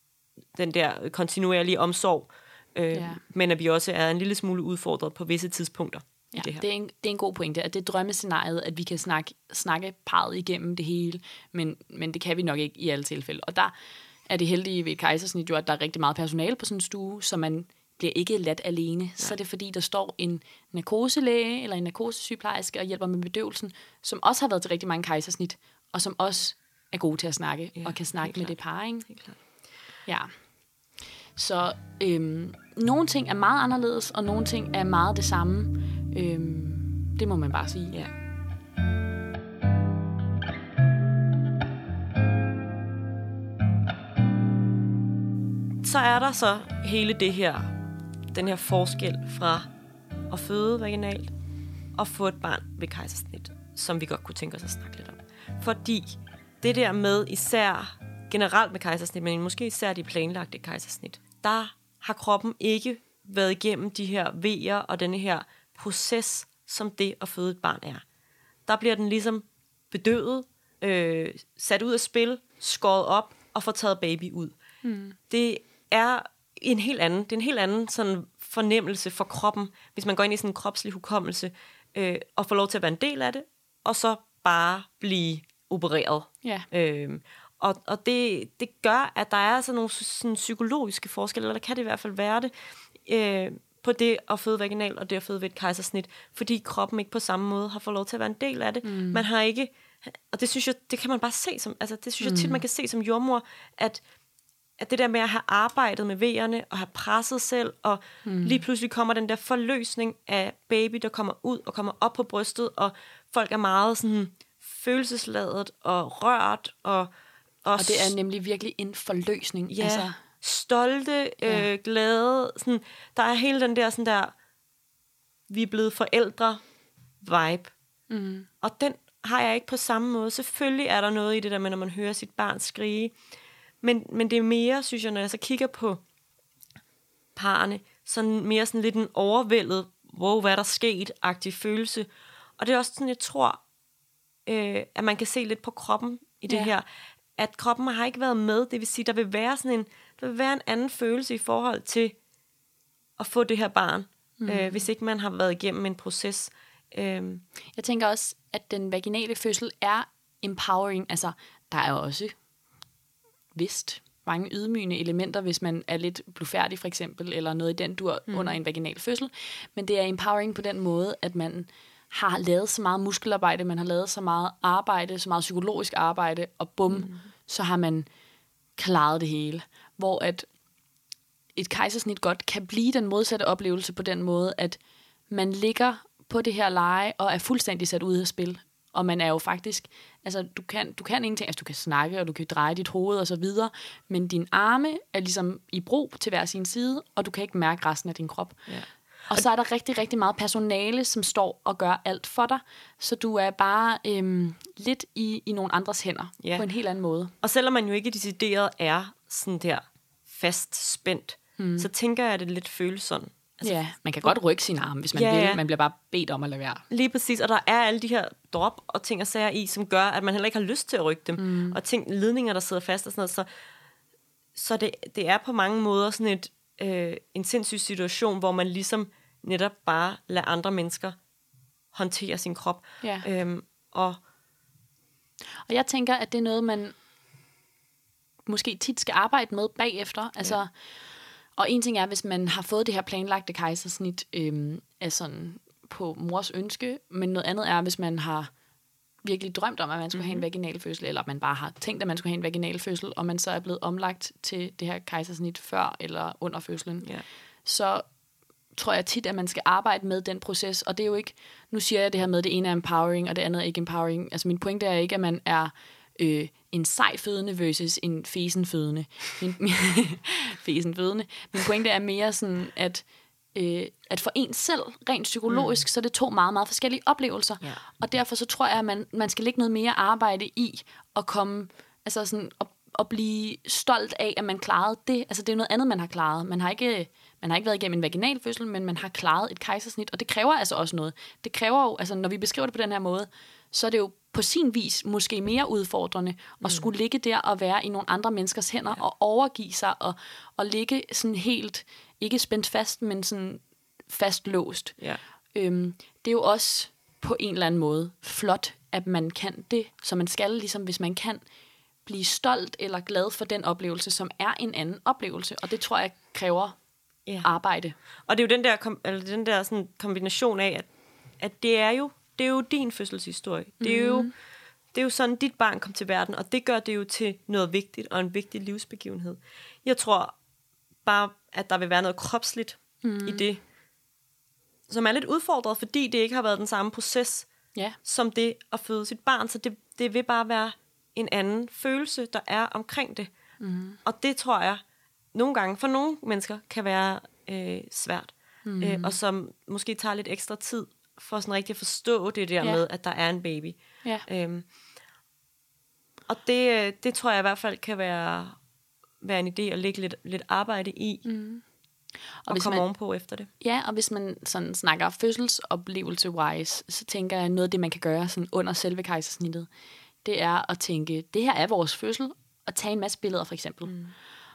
den der kontinuerlige omsorg, øh, ja. men at vi også er en lille smule udfordret på visse tidspunkter ja, i det her. Det er, en, det er en god pointe, at det er drømmescenariet, at vi kan snakke, snakke parret igennem det hele, men, men det kan vi nok ikke i alle tilfælde. Og der er det heldige ved et kejsersnit jo, at der er rigtig meget personale på sådan en stue, så man bliver ikke ladt alene. Nej. Så er det fordi, der står en narkoselæge eller en narkosesygeplejerske og hjælper med bedøvelsen, som også har været til rigtig mange kejsersnit, og som også er gode til at snakke, ja, og kan snakke med det par, ikke? Helt klart. Ja. Så øhm, nogle ting er meget anderledes, og nogle ting er meget det samme. Øhm, det må man bare sige. Ja. Så er der så hele det her, den her forskel fra at føde vaginalt og få et barn ved kejsersnit, som vi godt kunne tænke os at snakke lidt om. Fordi det der med især generelt med kejsersnit, men måske især de planlagte kejsersnit, der har kroppen ikke været igennem de her vejer og denne her proces, som det at føde et barn er. Der bliver den ligesom bedøvet, øh, sat ud af spil, skåret op og får taget baby ud. Mm. Det er en helt anden, det er en helt anden sådan fornemmelse for kroppen, hvis man går ind i sådan en kropslig hukommelse, øh, og får lov til at være en del af det, og så bare blive opereret. Ja. Øh, og og det, det gør, at der er sådan nogle sådan psykologiske forskelle, eller der kan det i hvert fald være det, øh, på det at føde vaginalt og det at føde ved et kejsersnit, fordi kroppen ikke på samme måde har fået lov til at være en del af det. Mm. Man har ikke, og det synes jeg, det kan man bare se som, altså det synes jeg tit, man kan se som jordmor, at at det der med at have arbejdet med vejerne og have presset selv, og mm. lige pludselig kommer den der forløsning af baby, der kommer ud og kommer op på brystet, og folk er meget sådan følelsesladet og rørt. Og, og, og det er nemlig virkelig en forløsning. Ja, altså. stolte, Ja. øh, glade. Sådan, der er hele den der, sådan der, vi er blevet forældre vibe. Mm. Og den har jeg ikke på samme måde. Selvfølgelig er der noget i det der med, når man hører sit barn skrige. Men, men det er mere, synes jeg, når jeg så kigger på parerne, sådan mere sådan lidt en overvældet, wow, hvad er der sket-agtig følelse. Og det er også sådan, jeg tror, øh, at man kan se lidt på kroppen i det Ja. her, at kroppen har ikke været med. Det vil sige, der vil være sådan en, der vil være en anden følelse i forhold til at få det her barn, mm. øh, hvis ikke man har været igennem en proces. Øh, Jeg tænker også, at den vaginale fødsel er empowering. Altså, der er jo også vist mange ydmygende elementer, hvis man er lidt blufærdig for eksempel, eller noget i den dur mm. under en vaginal fødsel. Men det er empowering på den måde, at man har lavet så meget muskelarbejde, man har lavet så meget arbejde, så meget psykologisk arbejde, og bum, mm. så har man klaret det hele. Hvor at et kejsersnit godt kan blive den modsatte oplevelse på den måde, at man ligger på det her leje og er fuldstændig sat ud af spil. Og man er jo faktisk, altså du kan, du kan ingenting, altså du kan snakke, og du kan dreje dit hoved og så videre, men dine arme er ligesom i brug til hver sin side, og du kan ikke mærke resten af din krop. Ja. Og så er der rigtig, rigtig meget personale, som står og gør alt for dig, så du er bare øhm, lidt i, i nogle andres hænder, Ja. på en helt anden måde. Og selvom man jo ikke decideret er sådan der fast spændt, mm. så tænker jeg, at det lidt føles sådan. Altså, ja, man kan godt rykke sine arme, hvis man ja, vil. ja. Man bliver bare bedt om at lade være. Lige præcis, og der er alle de her drop og ting og sager i, som gør, at man heller ikke har lyst til at rykke dem. Mm. Og ting, ledninger, der sidder fast og sådan noget. Så, så det, det er på mange måder sådan et, øh, en sindssyg situation, hvor man ligesom netop bare lader andre mennesker håndtere sin krop. Ja. Øhm, og Og jeg tænker, at det er noget, man måske tit skal arbejde med bagefter. Altså, ja. Og en ting er, hvis man har fået det her planlagte kejsersnit øhm, altså på mors ønske, men noget andet er, hvis man har virkelig drømt om, at man skulle mm-hmm. have en vaginal fødsel, eller man bare har tænkt, at man skulle have en vaginal fødsel, og man så er blevet omlagt til det her kejsersnit før eller under fødslen. Ja. Så tror jeg tit, at man skal arbejde med den proces, og det er jo ikke, nu siger jeg det her med, at det ene er empowering, og det andet er ikke empowering. Altså min pointe er ikke, at man er øh, en sej fødende versus en fesen fødende. Min, fesen fødende. Min pointe er mere sådan, at, øh, at for en selv, rent psykologisk, mm. så er det to meget, meget forskellige oplevelser. Ja. Og derfor så tror jeg, at man, man skal lægge noget mere arbejde i at komme, altså sådan, at, at blive stolt af, at man klarede det. Altså det er noget andet, man har klaret. Man har ikke... Man har ikke været igennem en vaginal fødsel, men man har klaret et kejsersnit, og det kræver altså også noget. Det kræver jo, altså når vi beskriver det på den her måde, så er det jo på sin vis måske mere udfordrende mm. at skulle ligge der og være i nogle andre menneskers hænder, ja. Og overgive sig, og, og ligge sådan helt, ikke spændt fast, men sådan fastlåst. Ja. Øhm, det er jo også på en eller anden måde flot, at man kan det, så man skal, ligesom hvis man kan, blive stolt eller glad for den oplevelse, som er en anden oplevelse, og det tror jeg kræver Ja. arbejde. Og det er jo den der, kom, eller den der sådan kombination af, at, at det er jo det er jo din fødselshistorie. Mm. Det er jo det er jo sådan, dit barn kom til verden, og det gør det jo til noget vigtigt og en vigtig livsbegivenhed. Jeg tror bare, at der vil være noget kropsligt mm. i det, som er lidt udfordret, fordi det ikke har været den samme proces, ja. som det at føde sit barn. Så det, det vil bare være en anden følelse, der er omkring det. Mm. Og det tror jeg, nogle gange for nogle mennesker kan være øh, svært. Mm. Øh, og som måske tager lidt ekstra tid for sådan rigtig at forstå det der ja. Med, at der er en baby. Ja. Øhm, og det, det tror jeg i hvert fald kan være, være en idé at lægge lidt, lidt arbejde i. Mm. Og, og komme man, ovenpå efter det. Ja, og hvis man sådan snakker fødselsoplevelse-wise, så tænker jeg, noget af det, man kan gøre sådan under selve kejsersnittet, det er at tænke, det her er vores fødsel, og tage en masse billeder for eksempel. Mm.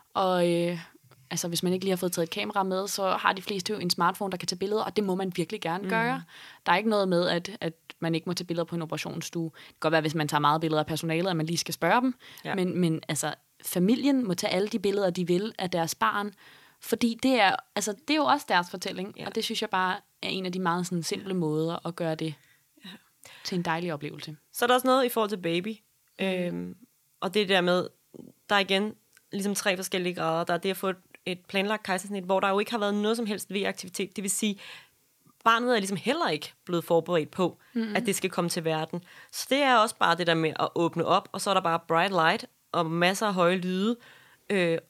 Og øh, altså, hvis man ikke lige har fået taget et kamera med, så har de fleste jo en smartphone, der kan tage billeder, og det må man virkelig gerne mm. gøre. Der er ikke noget med, at, at man ikke må tage billeder på en operationsstue. Det kan godt være, hvis man tager meget billeder af personalet, at man lige skal spørge dem. Ja. Men, men altså, familien må tage alle de billeder, de vil af deres barn, fordi det er, altså, det er jo også deres fortælling, ja. Og det synes jeg bare er en af de meget sådan, simple måder at gøre det ja. Til en dejlig oplevelse. Så er der også noget i forhold til baby, mm. øhm, og det der med, der er igen ligesom tre forskellige grader. Der er det at få et, et planlagt kejsersnit, hvor der jo ikke har været noget som helst V-aktivitet. Det vil sige, barnet er ligesom heller ikke blevet forberedt på, mm. at det skal komme til verden. Så det er også bare det der med at åbne op, og så er der bare bright light og masser af høje lyde, øh,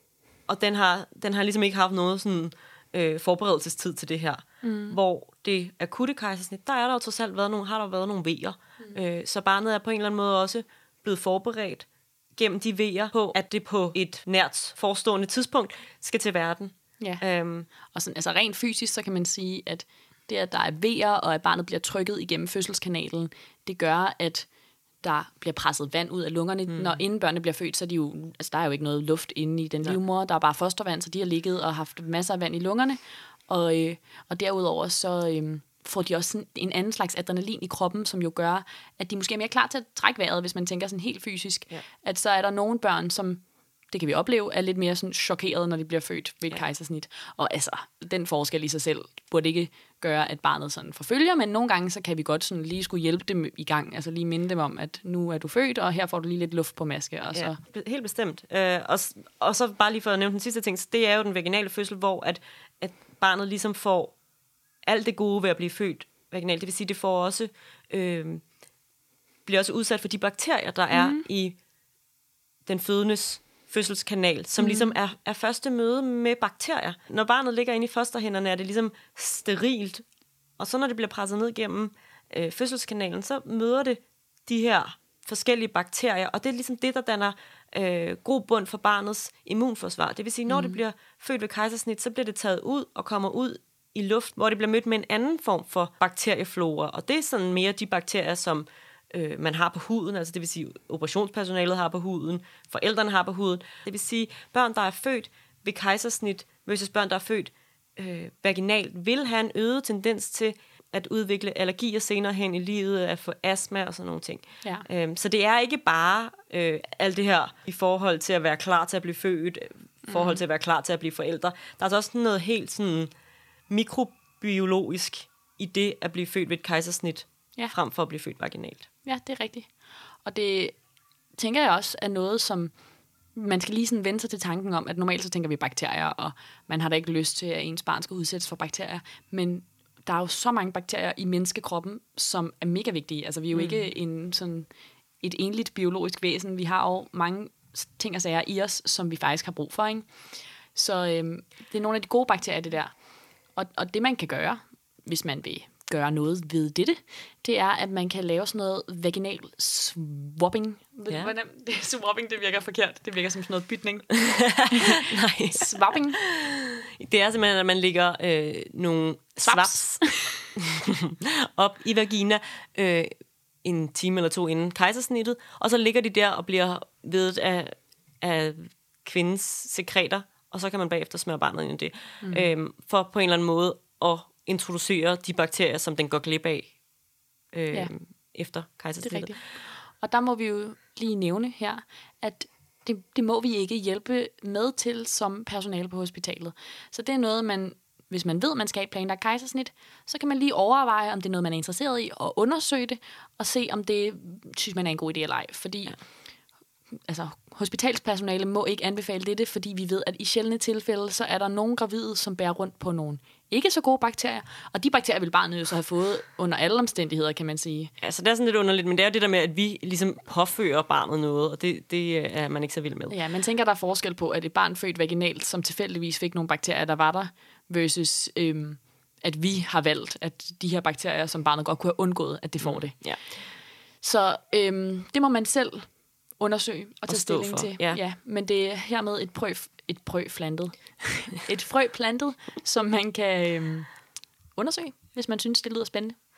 og den har, den har ligesom ikke haft noget sådan, øh, forberedelsestid til det her. Mm. Hvor det akutte kejsersnit, der er der jo trods alt været nogle, har der været nogle V'er. Mm. Øh, så barnet er på en eller anden måde også blevet forberedt gennem de V'er på, at det på et nært forestående tidspunkt skal til verden. Ja. Øhm. Og sådan, altså rent fysisk, så kan man sige, at det, at der er V'er, og at barnet bliver trykket igennem fødselskanalen, det gør, at der bliver presset vand ud af lungerne. Mm. Når inden børnene bliver født, så er de jo, altså der er jo ikke noget luft inde i den ja. livmor. Der er bare fostervand, så de har ligget og haft masser af vand i lungerne. Og, øh, og derudover så øh, får de også sådan en anden slags adrenalin i kroppen, som jo gør, at de måske er mere klar til at trække vejret, hvis man tænker sådan helt fysisk. Ja. At så er der nogle børn, som, det kan vi opleve, er lidt mere sådan chokeret, når de bliver født ved et ja. kejsersnit. Og altså, den forskel i sig selv burde ikke gøre, at barnet sådan forfølger, men nogle gange, så kan vi godt sådan lige skulle hjælpe dem i gang, altså lige minde dem om, at nu er du født, og her får du lige lidt luft på maske. Og så. Ja, helt bestemt. Øh, og, og så bare lige for at nævne den sidste ting, det er jo den vaginale fødsel, hvor at, at barnet ligesom får alt det gode ved at blive født vaginalt. Det vil sige, det får også, øh, bliver også udsat for de bakterier, der er mm. i den fødendes fødselskanal, som mm. ligesom er, er første møde med bakterier. Når barnet ligger inde i fosterhænderne, er det ligesom sterilt, og så når det bliver presset ned gennem øh, fødselskanalen, så møder det de her forskellige bakterier, og det er ligesom det, der danner øh, god bund for barnets immunforsvar. Det vil sige, når mm. det bliver født ved kejsersnit, så bliver det taget ud og kommer ud i luft, hvor det bliver mødt med en anden form for bakterieflora, og det er sådan mere de bakterier, som øh, man har på huden, altså det vil sige, operationspersonalet har på huden, forældrene har på huden. Det vil sige, børn, der er født ved kejsersnit, versus børn, der er født øh, vaginalt, vil have en øget tendens til at udvikle allergier senere hen i livet, at få astma og sådan nogle ting. Ja. Øhm, så det er ikke bare øh, alt det her i forhold til at være klar til at blive født, i forhold mm. til at være klar til at blive forældre. Der er altså også noget helt sådan mikrobiologisk i det at blive født ved et kejsersnit, ja. frem for at blive født vaginalt. Ja, det er rigtigt. Og det tænker jeg også er noget, som man skal lige sådan vende sig til tanken om, at normalt så tænker vi bakterier, og man har da ikke lyst til, at ens barn skal udsættes for bakterier, men der er jo så mange bakterier i menneskekroppen, som er mega vigtige. Altså vi er jo mm. ikke en, sådan, et enligt biologisk væsen. Vi har jo mange ting og sager i os, som vi faktisk har brug for. Ikke? Så øhm, det er nogle af de gode bakterier, det der. Og, og det man kan gøre, hvis man vil gøre noget ved dette, det er, at man kan lave sådan noget vaginal swapping. Ja. Hvordan, det, swapping, det virker forkert. Det virker som sådan noget bytning. Nej. Swapping. Det er simpelthen, at man lægger øh, nogle swaps op i vagina øh, en time eller to inden kejsersnittet, og så ligger de der og bliver vedet af, af kvindens sekreter, og så kan man bagefter smøre barnet ind i det. Mm. Øh, for på en eller anden måde at introducere de bakterier, som den går glip af øh, ja. efter kejsersnittet. Og der må vi jo lige nævne her, at det, det må vi ikke hjælpe med til som personale på hospitalet. Så det er noget, man, hvis man ved, at man skal have planlagt kejsersnit, så kan man lige overveje, om det er noget, man er interesseret i, og undersøge det, og se, om det synes man er en god idé eller ej. Fordi ja. altså, hospitalspersonale må ikke anbefale dette, fordi vi ved, at i sjældne tilfælde, så er der nogle gravide, som bærer rundt på nogle ikke så gode bakterier, og de bakterier vil barnet jo så have fået under alle omstændigheder, kan man sige. Altså, det er sådan lidt underligt, men det er jo det der med, at vi ligesom påfører barnet noget, og det, det er man ikke så vild med. Ja, man tænker, der er forskel på, at et barn født vaginalt, som tilfældigvis fik nogle bakterier, der var der, versus øhm, at vi har valgt, at de her bakterier, som barnet godt kunne have undgået, at det får det. Ja. Så øhm, det må man selv undersøge og tage stilling for. til. Ja. Ja, men det er hermed et prøv, et prøv plantet. et frø plantet, som man kan øhm, undersøge, hvis man synes, det lyder spændende.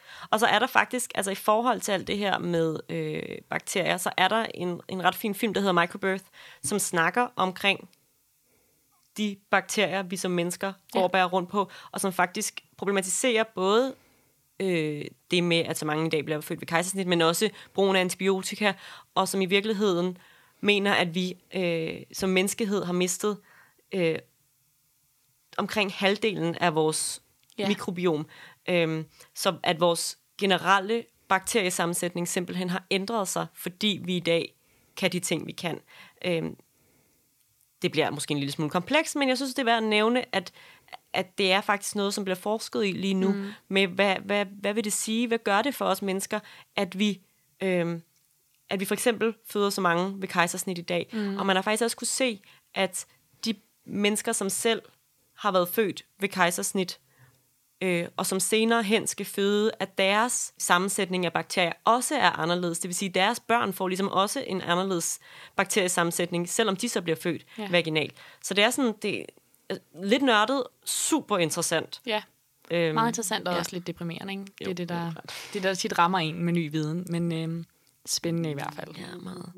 Og så er der faktisk, altså i forhold til alt det her med øh, bakterier, så er der en, en ret fin film, der hedder Microbirth, som snakker omkring de bakterier, vi som mennesker går og bærer rundt på, og som faktisk problematiserer både øh, det med, at så mange i dag bliver født ved kejsersnit, men også brugen af antibiotika, og som i virkeligheden mener, at vi øh, som menneskehed har mistet øh, omkring halvdelen af vores yeah. mikrobiom. Øh, så at vores generelle bakteriesammensætning simpelthen har ændret sig, fordi vi i dag kan de ting, vi kan. Øh, det bliver måske en lille smule kompleks, men jeg synes, det er værd at nævne, at, at det er faktisk noget, som bliver forsket i lige nu, mm. med hvad, hvad, hvad vil det sige, hvad gør det for os mennesker, at vi, øh, at vi for eksempel føder så mange ved kejsersnit i dag. Mm. Og man har faktisk også kunne se, at de mennesker, som selv har været født ved kejsersnit, øh, og som senere hen skal føde, at deres sammensætning af bakterier også er anderledes. Det vil sige, at deres børn får ligesom også en anderledes bakteriesammensætning, selvom de så bliver født ja. vaginalt. Så det er sådan, det er lidt nørdet, super interessant. Ja, øhm, meget interessant og ja. også lidt deprimerende, ikke? Det er det, der, det, der tit rammer en med ny viden, men øhm, spændende i hvert fald. Ja, meget.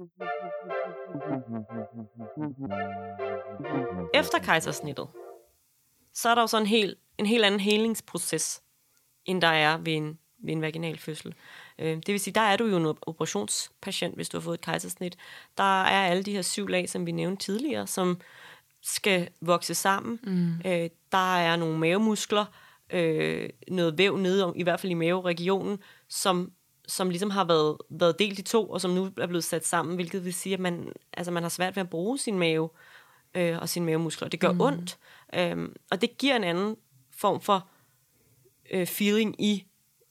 Efter kejsersnittet, så er der jo sådan en helt en helt anden helingsproces, end der er ved en, ved en vaginal fødsel. Øh, det vil sige, der er du jo en operationspatient, hvis du har fået et kejsersnit. Der er alle de her syv lag, som vi nævnte tidligere, som skal vokse sammen. Mm. Øh, der er nogle mavemuskler, øh, noget væv nede, om, i hvert fald i maveregionen, som, som ligesom har været, været delt i to, og som nu er blevet sat sammen, hvilket vil sige, at man, altså man har svært ved at bruge sin mave øh, og sine mavemuskler. Det gør mm. ondt, øh, og det giver en anden form for øh, feeling i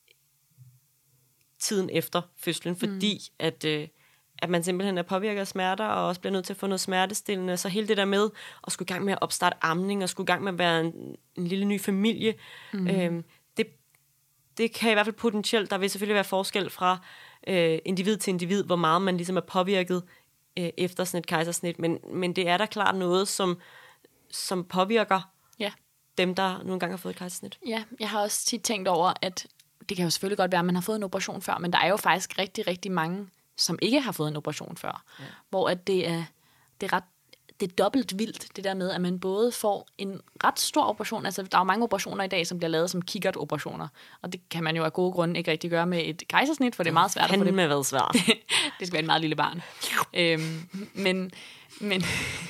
tiden efter fødslen, fordi mm. at, øh, at man simpelthen er påvirket af smerter, og også bliver nødt til at få noget smertestillende. Så hele det der med at skulle i gang med at opstarte amning, og skulle i gang med at være en, en lille ny familie, mm. øh, det, det kan i hvert fald potentielt, der vil selvfølgelig være forskel fra øh, individ til individ, hvor meget man ligesom er påvirket øh, efter sådan et kejsersnit, men, men det er da klart noget, som, som påvirker ja. dem, der nu engang har fået et kejsersnit. Ja, jeg har også tit tænkt over, at det kan jo selvfølgelig godt være, at man har fået en operation før, men der er jo faktisk rigtig, rigtig mange, som ikke har fået en operation før. Ja. Hvor at det er, det er ret, det er dobbelt vildt, det der med, at man både får en ret stor operation, altså der er jo mange operationer i dag, som bliver lavet som kikkertoperationer, og det kan man jo af gode grunde ikke rigtig gøre med et kejsersnit, for det er meget svært. Kan det med været svært. Det skal være et meget lille barn. øhm, men... men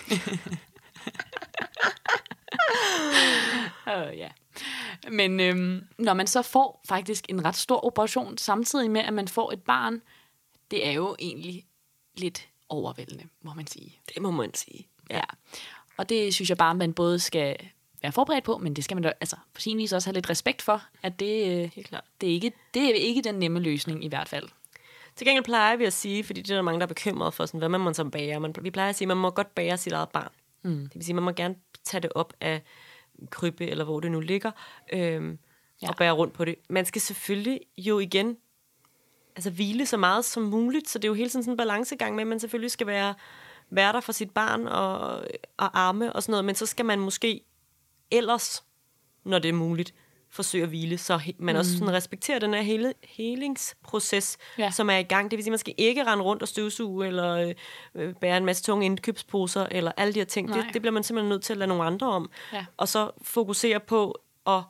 uh, ja. Men øhm, når man så får faktisk en ret stor operation, samtidig med, at man får et barn, det er jo egentlig lidt overvældende, må man sige. Det må man sige. Ja. ja. Og det synes jeg bare, man både skal være forberedt på, men det skal man da altså, på sin vis også have lidt respekt for, at det, øh, Helt klart. det, er ikke, det er ikke den nemme løsning i hvert fald. Til gengæld plejer vi at sige, fordi det er der mange, der er bekymret for, sådan, hvad man må så bære. Man, vi plejer at sige, at man må godt bære sit eget barn. Mm. Det vil sige, at man må gerne tage det op af krybbe, eller hvor det nu ligger, øhm, ja. og bære rundt på det. Man skal selvfølgelig jo igen altså hvile så meget som muligt, så det er jo hele tiden sådan en balancegang med, at man selvfølgelig skal være, være der for sit barn og, og arme og sådan noget, men så skal man måske ellers, når det er muligt, forsøge at hvile, så man mm. også sådan respekterer den her hele, helingsproces, ja. som er i gang. Det vil sige, at man skal ikke rende rundt og støvsuge, eller øh, bære en masse tunge indkøbsposer, eller alle de her ting. Det, det bliver man simpelthen nødt til at lade nogle andre om. Ja. Og så fokusere på at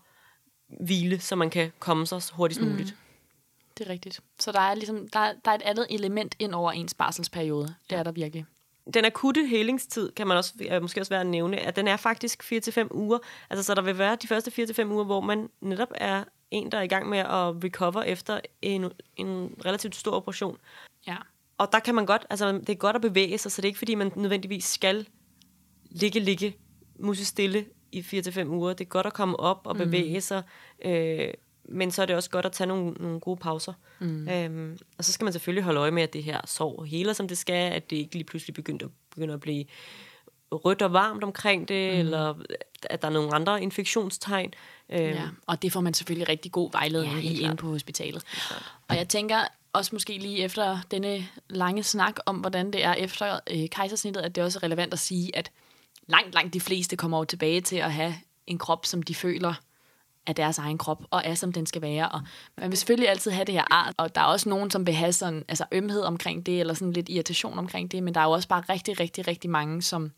hvile, så man kan komme sig hurtigst mm. muligt. Det er rigtigt. Så der er, ligesom, der, er, der er et andet element ind over ens barselsperiode. Det ja. er der virkelig. Den akutte helingstid kan man også måske også være at nævne, at den er faktisk fire til fem uger. Altså, så der vil være de første fire til fem uger, hvor man netop er en, der er i gang med at recover efter en, en relativt stor operation. Ja. Og der kan man godt, altså det er godt at bevæge sig, så det er ikke fordi, man nødvendigvis skal ligge, ligge, musestille i fire til fem uger. Det er godt at komme op og bevæge mm. sig, øh, men så er det også godt at tage nogle, nogle gode pauser. Mm. Øhm, og så skal man selvfølgelig holde øje med, at det her sår heler, som det skal, at det ikke lige pludselig begynder, begynder at blive rødt og varmt omkring det, mm. eller at der er nogle andre infektionstegn. Øhm. Ja, og det får man selvfølgelig rigtig god vejledning ja, i inde på hospitalet. Og jeg tænker også måske lige efter denne lange snak om, hvordan det er efter øh, kejsersnittet, at det også er relevant at sige, at langt, langt de fleste kommer jo tilbage til at have en krop, som de føler af deres egen krop, og er, som den skal være. Og man vil selvfølgelig altid have det her art, og der er også nogen, som vil have sådan, altså ømhed omkring det, eller sådan lidt irritation omkring det, men der er jo også bare rigtig, rigtig, rigtig mange, som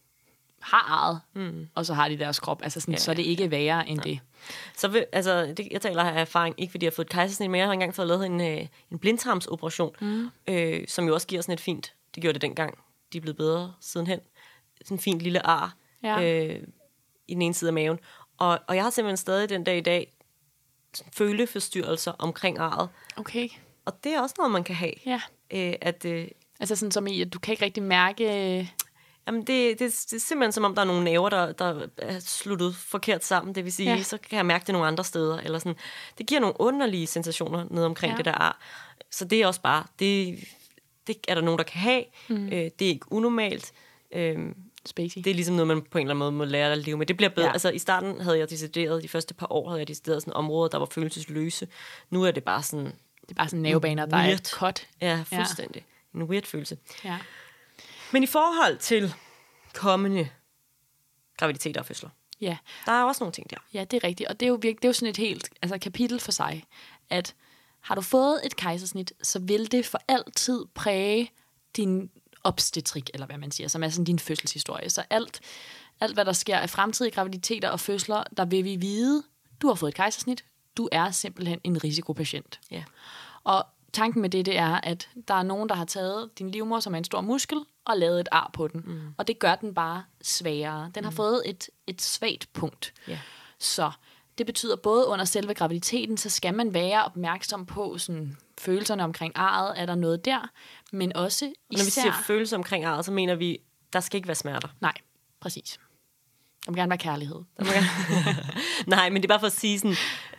har arret, mm. og så har de deres krop. Altså sådan, ja, så er det ikke værre end ja. det. Så vil, altså, det, jeg taler af erfaring, ikke fordi jeg har fået et kejsersnit, men jeg har engang fået lavet en, øh, en blindtarmsoperation, mm. øh, som jo også giver sådan et fint, det gjorde det dengang, de er blevet bedre sidenhen, sådan en fint lille ar ja. øh, i den ene side af maven. Og, og jeg har simpelthen stadig den dag i dag føleforstyrrelser omkring arret. Okay. Og det er også noget, man kan have. Ja. Øh, at, øh, altså sådan som i, at du kan ikke rigtig mærke... Øh... Jamen det, det, det er simpelthen som om, der er nogle nerver, der, der er sluttet forkert sammen. Det vil sige, ja. så kan jeg mærke det nogle andre steder. Eller sådan. Det giver nogle underlige sensationer nede omkring ja. det der ar. Så det er også bare... Det, det er der nogen, der kan have. Mm. Øh, det er ikke unormalt. Øh, Spacey. Det er ligesom noget, man på en eller anden måde må lære at leve med. Det bliver bedre. Ja. Altså, i starten havde jeg decideret, de første par år havde jeg decideret sådan områder, der var følelsesløse. Nu er det bare sådan... Det er bare sådan nervebaner, der weird. er cut. Ja, fuldstændig. Ja. En weird følelse. Ja. Men i forhold til kommende graviditeter og fødsler, ja. der er også nogle ting der. Ja, det er rigtigt. Og det er jo, virkelig, det er jo sådan et helt altså, kapitel for sig, at har du fået et kejsersnit, så vil det for altid præge din obstetrik, eller hvad man siger, som er sådan din fødselshistorie. Så alt, alt, hvad der sker af fremtidige graviditeter og fødsler, der vil vi vide, du har fået et kejsersnit, du er simpelthen en risikopatient. Ja. Og tanken med det, det er, at der er nogen, der har taget din livmoder, som er en stor muskel, og lavet et ar på den. Mm. Og det gør den bare sværere. Den har mm. fået et, et svagt punkt. Yeah. Så det betyder både under selve graviditeten, så skal man være opmærksom på sådan, følelserne omkring arret, er der noget der, men også især... Når vi siger følelser omkring arret, så mener vi, der skal ikke være smerter. Nej, præcis. Der må gerne være kærlighed. Der må gerne... Nej, men det er bare for at sige sådan,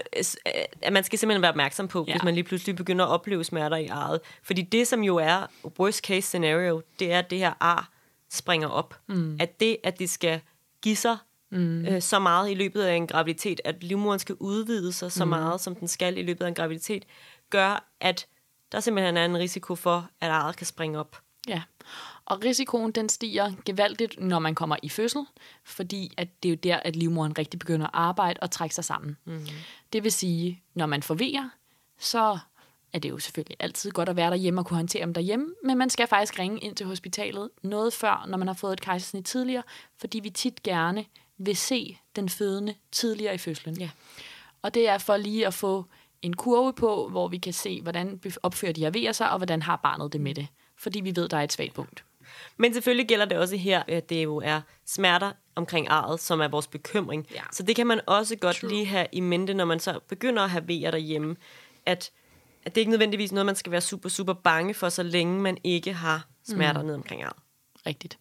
at man skal simpelthen være opmærksom på, ja. hvis man lige pludselig begynder at opleve smerter i arret. Fordi det, som jo er worst case scenario, det er, at det her ar springer op. Mm. At det, at det skal give sig mm. øh, så meget i løbet af en graviditet, at livmoderen skal udvide sig så mm. meget, som den skal i løbet af en graviditet, gør, at der simpelthen er en risiko for, at arret kan springe op. Ja, og risikoen den stiger gevaldigt, når man kommer i fødsel, fordi at det er jo der, at livmoderen rigtig begynder at arbejde og trække sig sammen. Mm. Det vil sige, når man forvejer, så er det jo selvfølgelig altid godt at være derhjemme og kunne håndtere dem derhjemme, men man skal faktisk ringe ind til hospitalet noget før, når man har fået et kejsersnit tidligere, fordi vi tit gerne vil se den fødende tidligere i fødslen. Ja. Og det er for lige at få en kurve på, hvor vi kan se, hvordan opfører de her vejer sig, og hvordan har barnet det med det. Fordi vi ved, der er et svagt punkt. Men selvfølgelig gælder det også her, at det jo er smerter omkring arret, som er vores bekymring. Ja. Så det kan man også godt True. lige have i mente, når man så begynder at have vejer derhjemme, at, at det ikke nødvendigvis noget, man skal være super, super bange for, så længe man ikke har smerter mm. ned omkring arret. Rigtigt.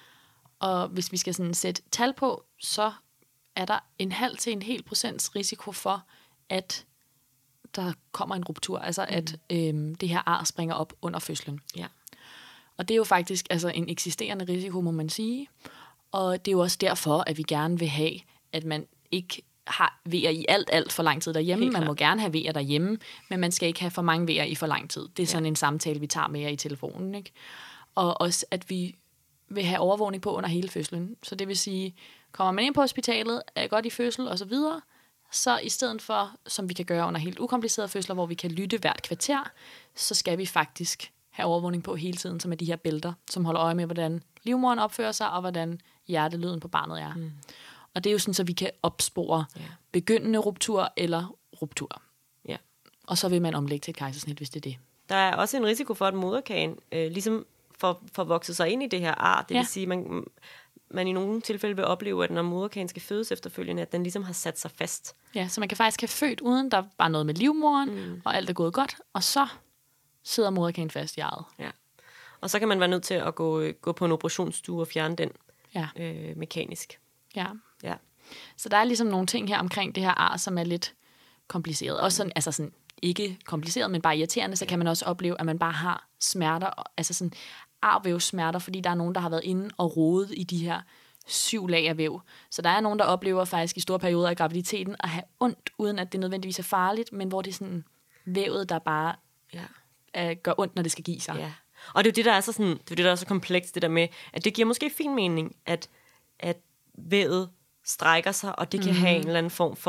Og hvis vi skal sådan sætte tal på, så er der en halv til en hel procents risiko for, at der kommer en ruptur, altså mm. at øhm, det her ar springer op under fødslen. Ja. Og det er jo faktisk altså en eksisterende risiko, må man sige. Og det er jo også derfor, at vi gerne vil have, at man ikke har vejer i alt, alt for lang tid derhjemme. Helt man må gerne have vejer derhjemme, men man skal ikke have for mange vejer i for lang tid. Det er sådan ja. en samtale, vi tager med jer i telefonen. Ikke? Og også, at vi vil have overvågning på under hele fødslen. Så det vil sige, kommer man ind på hospitalet, er godt i fødsel og så videre, så i stedet for, som vi kan gøre under helt ukomplicerede fødsler, hvor vi kan lytte hvert kvarter, så skal vi faktisk have overvågning på hele tiden, som er de her bælter, som holder øje med, hvordan livmoderen opfører sig, og hvordan hjertelyden på barnet er. Mm. Og det er jo sådan, så vi kan opspore yeah. begyndende ruptur eller ruptur. Ja. Og så vil man omlægge til et kejsersnit, hvis det er det. Der er også en risiko for, at moderkagen øh, ligesom får, får vokset sig ind i det her ar. Det ja. vil sige, man, man i nogle tilfælde vil opleve, at når moderkagen skal fødes efterfølgende, at den ligesom har sat sig fast. Ja, så man kan faktisk have født, uden der er bare noget med livmoderen, mm. og alt er gået godt, og så sidder moderkagen fast i arret. Ja. Og så kan man være nødt til at gå, gå på en operationsstue og fjerne den ja. øh, mekanisk. Ja. ja. Så der er ligesom nogle ting her omkring det her ar, som er lidt kompliceret. Også sådan, altså sådan, ikke kompliceret, men bare irriterende, så kan man også opleve, at man bare har smerter, altså sådan arvævssmerter, fordi der er nogen, der har været inde og rodet i de her syv lag af væv. Så der er nogen, der oplever faktisk i store perioder af graviditeten at have ondt, uden at det nødvendigvis er farligt, men hvor det er sådan vævet, der bare ja. øh, gør ondt, når det skal give sig. Ja. Og det er jo det, der er så, sådan, det er det, der er så komplekst, det der med, at det giver måske fin mening, at, at vævet strækker sig, og det kan mm. have en eller anden form for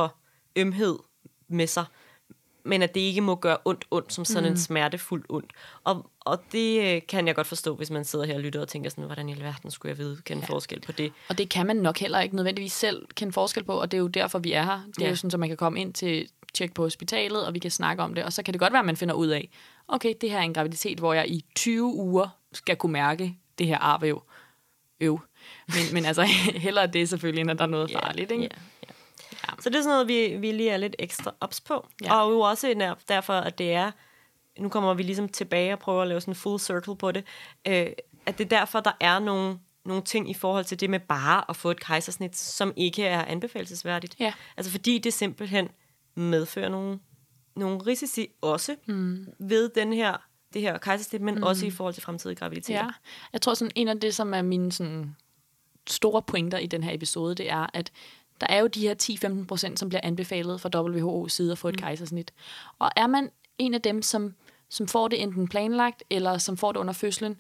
ømhed med sig, men at det ikke må gøre ondt ondt, som sådan mm. en smertefuld ondt. Og, og det kan jeg godt forstå, hvis man sidder her og lytter og tænker sådan, hvordan i alverden skulle jeg vide, kende ja. forskel på det. Og det kan man nok heller ikke nødvendigvis selv kende forskel på, og det er jo derfor, vi er her. Det er ja. jo sådan, at man kan komme ind til tjek på hospitalet, og vi kan snakke om det, og så kan det godt være, at man finder ud af, okay, det her er en graviditet, hvor jeg i tyve uger skal kunne mærke det her arvæv. Øv. Men, men altså, hellere det selvfølgelig, end at der er noget farligt, ikke? Yeah, yeah. Ja. Så det er sådan noget, vi, vi lige er lidt ekstra ops på. Ja. Og jo også derfor, at det er, nu kommer vi ligesom tilbage og prøver at lave sådan en full circle på det, øh, at det er derfor, der er nogle, nogle ting i forhold til det med bare at få et kejsersnit, som ikke er anbefalesværdigt. Ja. Altså fordi det simpelthen medfører nogle, nogle risici også mm. ved den her, det her kejsersnit, men mm. også i forhold til fremtidige graviditeter. Ja. Jeg tror sådan, en af det, som er mine sådan, store pointer i den her episode, det er, at der er jo de her ti til femten procent, som bliver anbefalet fra W H O's side at få et mm. kejsersnit. Og er man en af dem, som, som får det enten planlagt, eller som får det under fødslen,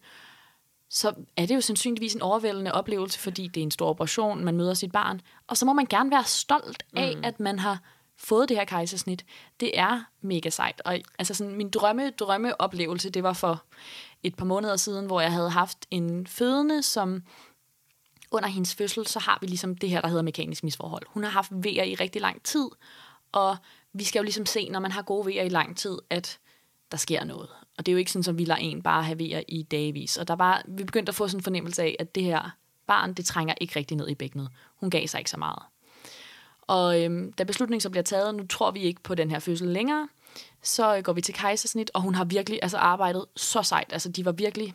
så er det jo sandsynligvis en overvældende oplevelse, fordi det er en stor operation, man møder sit barn. Og så må man gerne være stolt af, mm. at man har fået det her kejsersnit. Det er mega sejt. Og altså sådan, min drømme, drømmeoplevelse, det var for et par måneder siden, hvor jeg havde haft en fødende, som under hendes fødsel, så har vi ligesom det her, der hedder mekanisk misforhold. Hun har haft vejer i rigtig lang tid, og vi skal jo ligesom se, når man har gode vejer i lang tid, at der sker noget. Og det er jo ikke sådan, som vi lader en bare have vejer i dagvis. Og der var, vi begyndte at få sådan en fornemmelse af, at det her barn, det trænger ikke rigtig ned i bækkenet. Hun gav sig ikke så meget. Og øhm, da beslutningen så bliver taget, nu tror vi ikke på den her fødsel længere, så går vi til kejsersnit, og hun har virkelig altså, arbejdet så sejt. Altså, de var virkelig...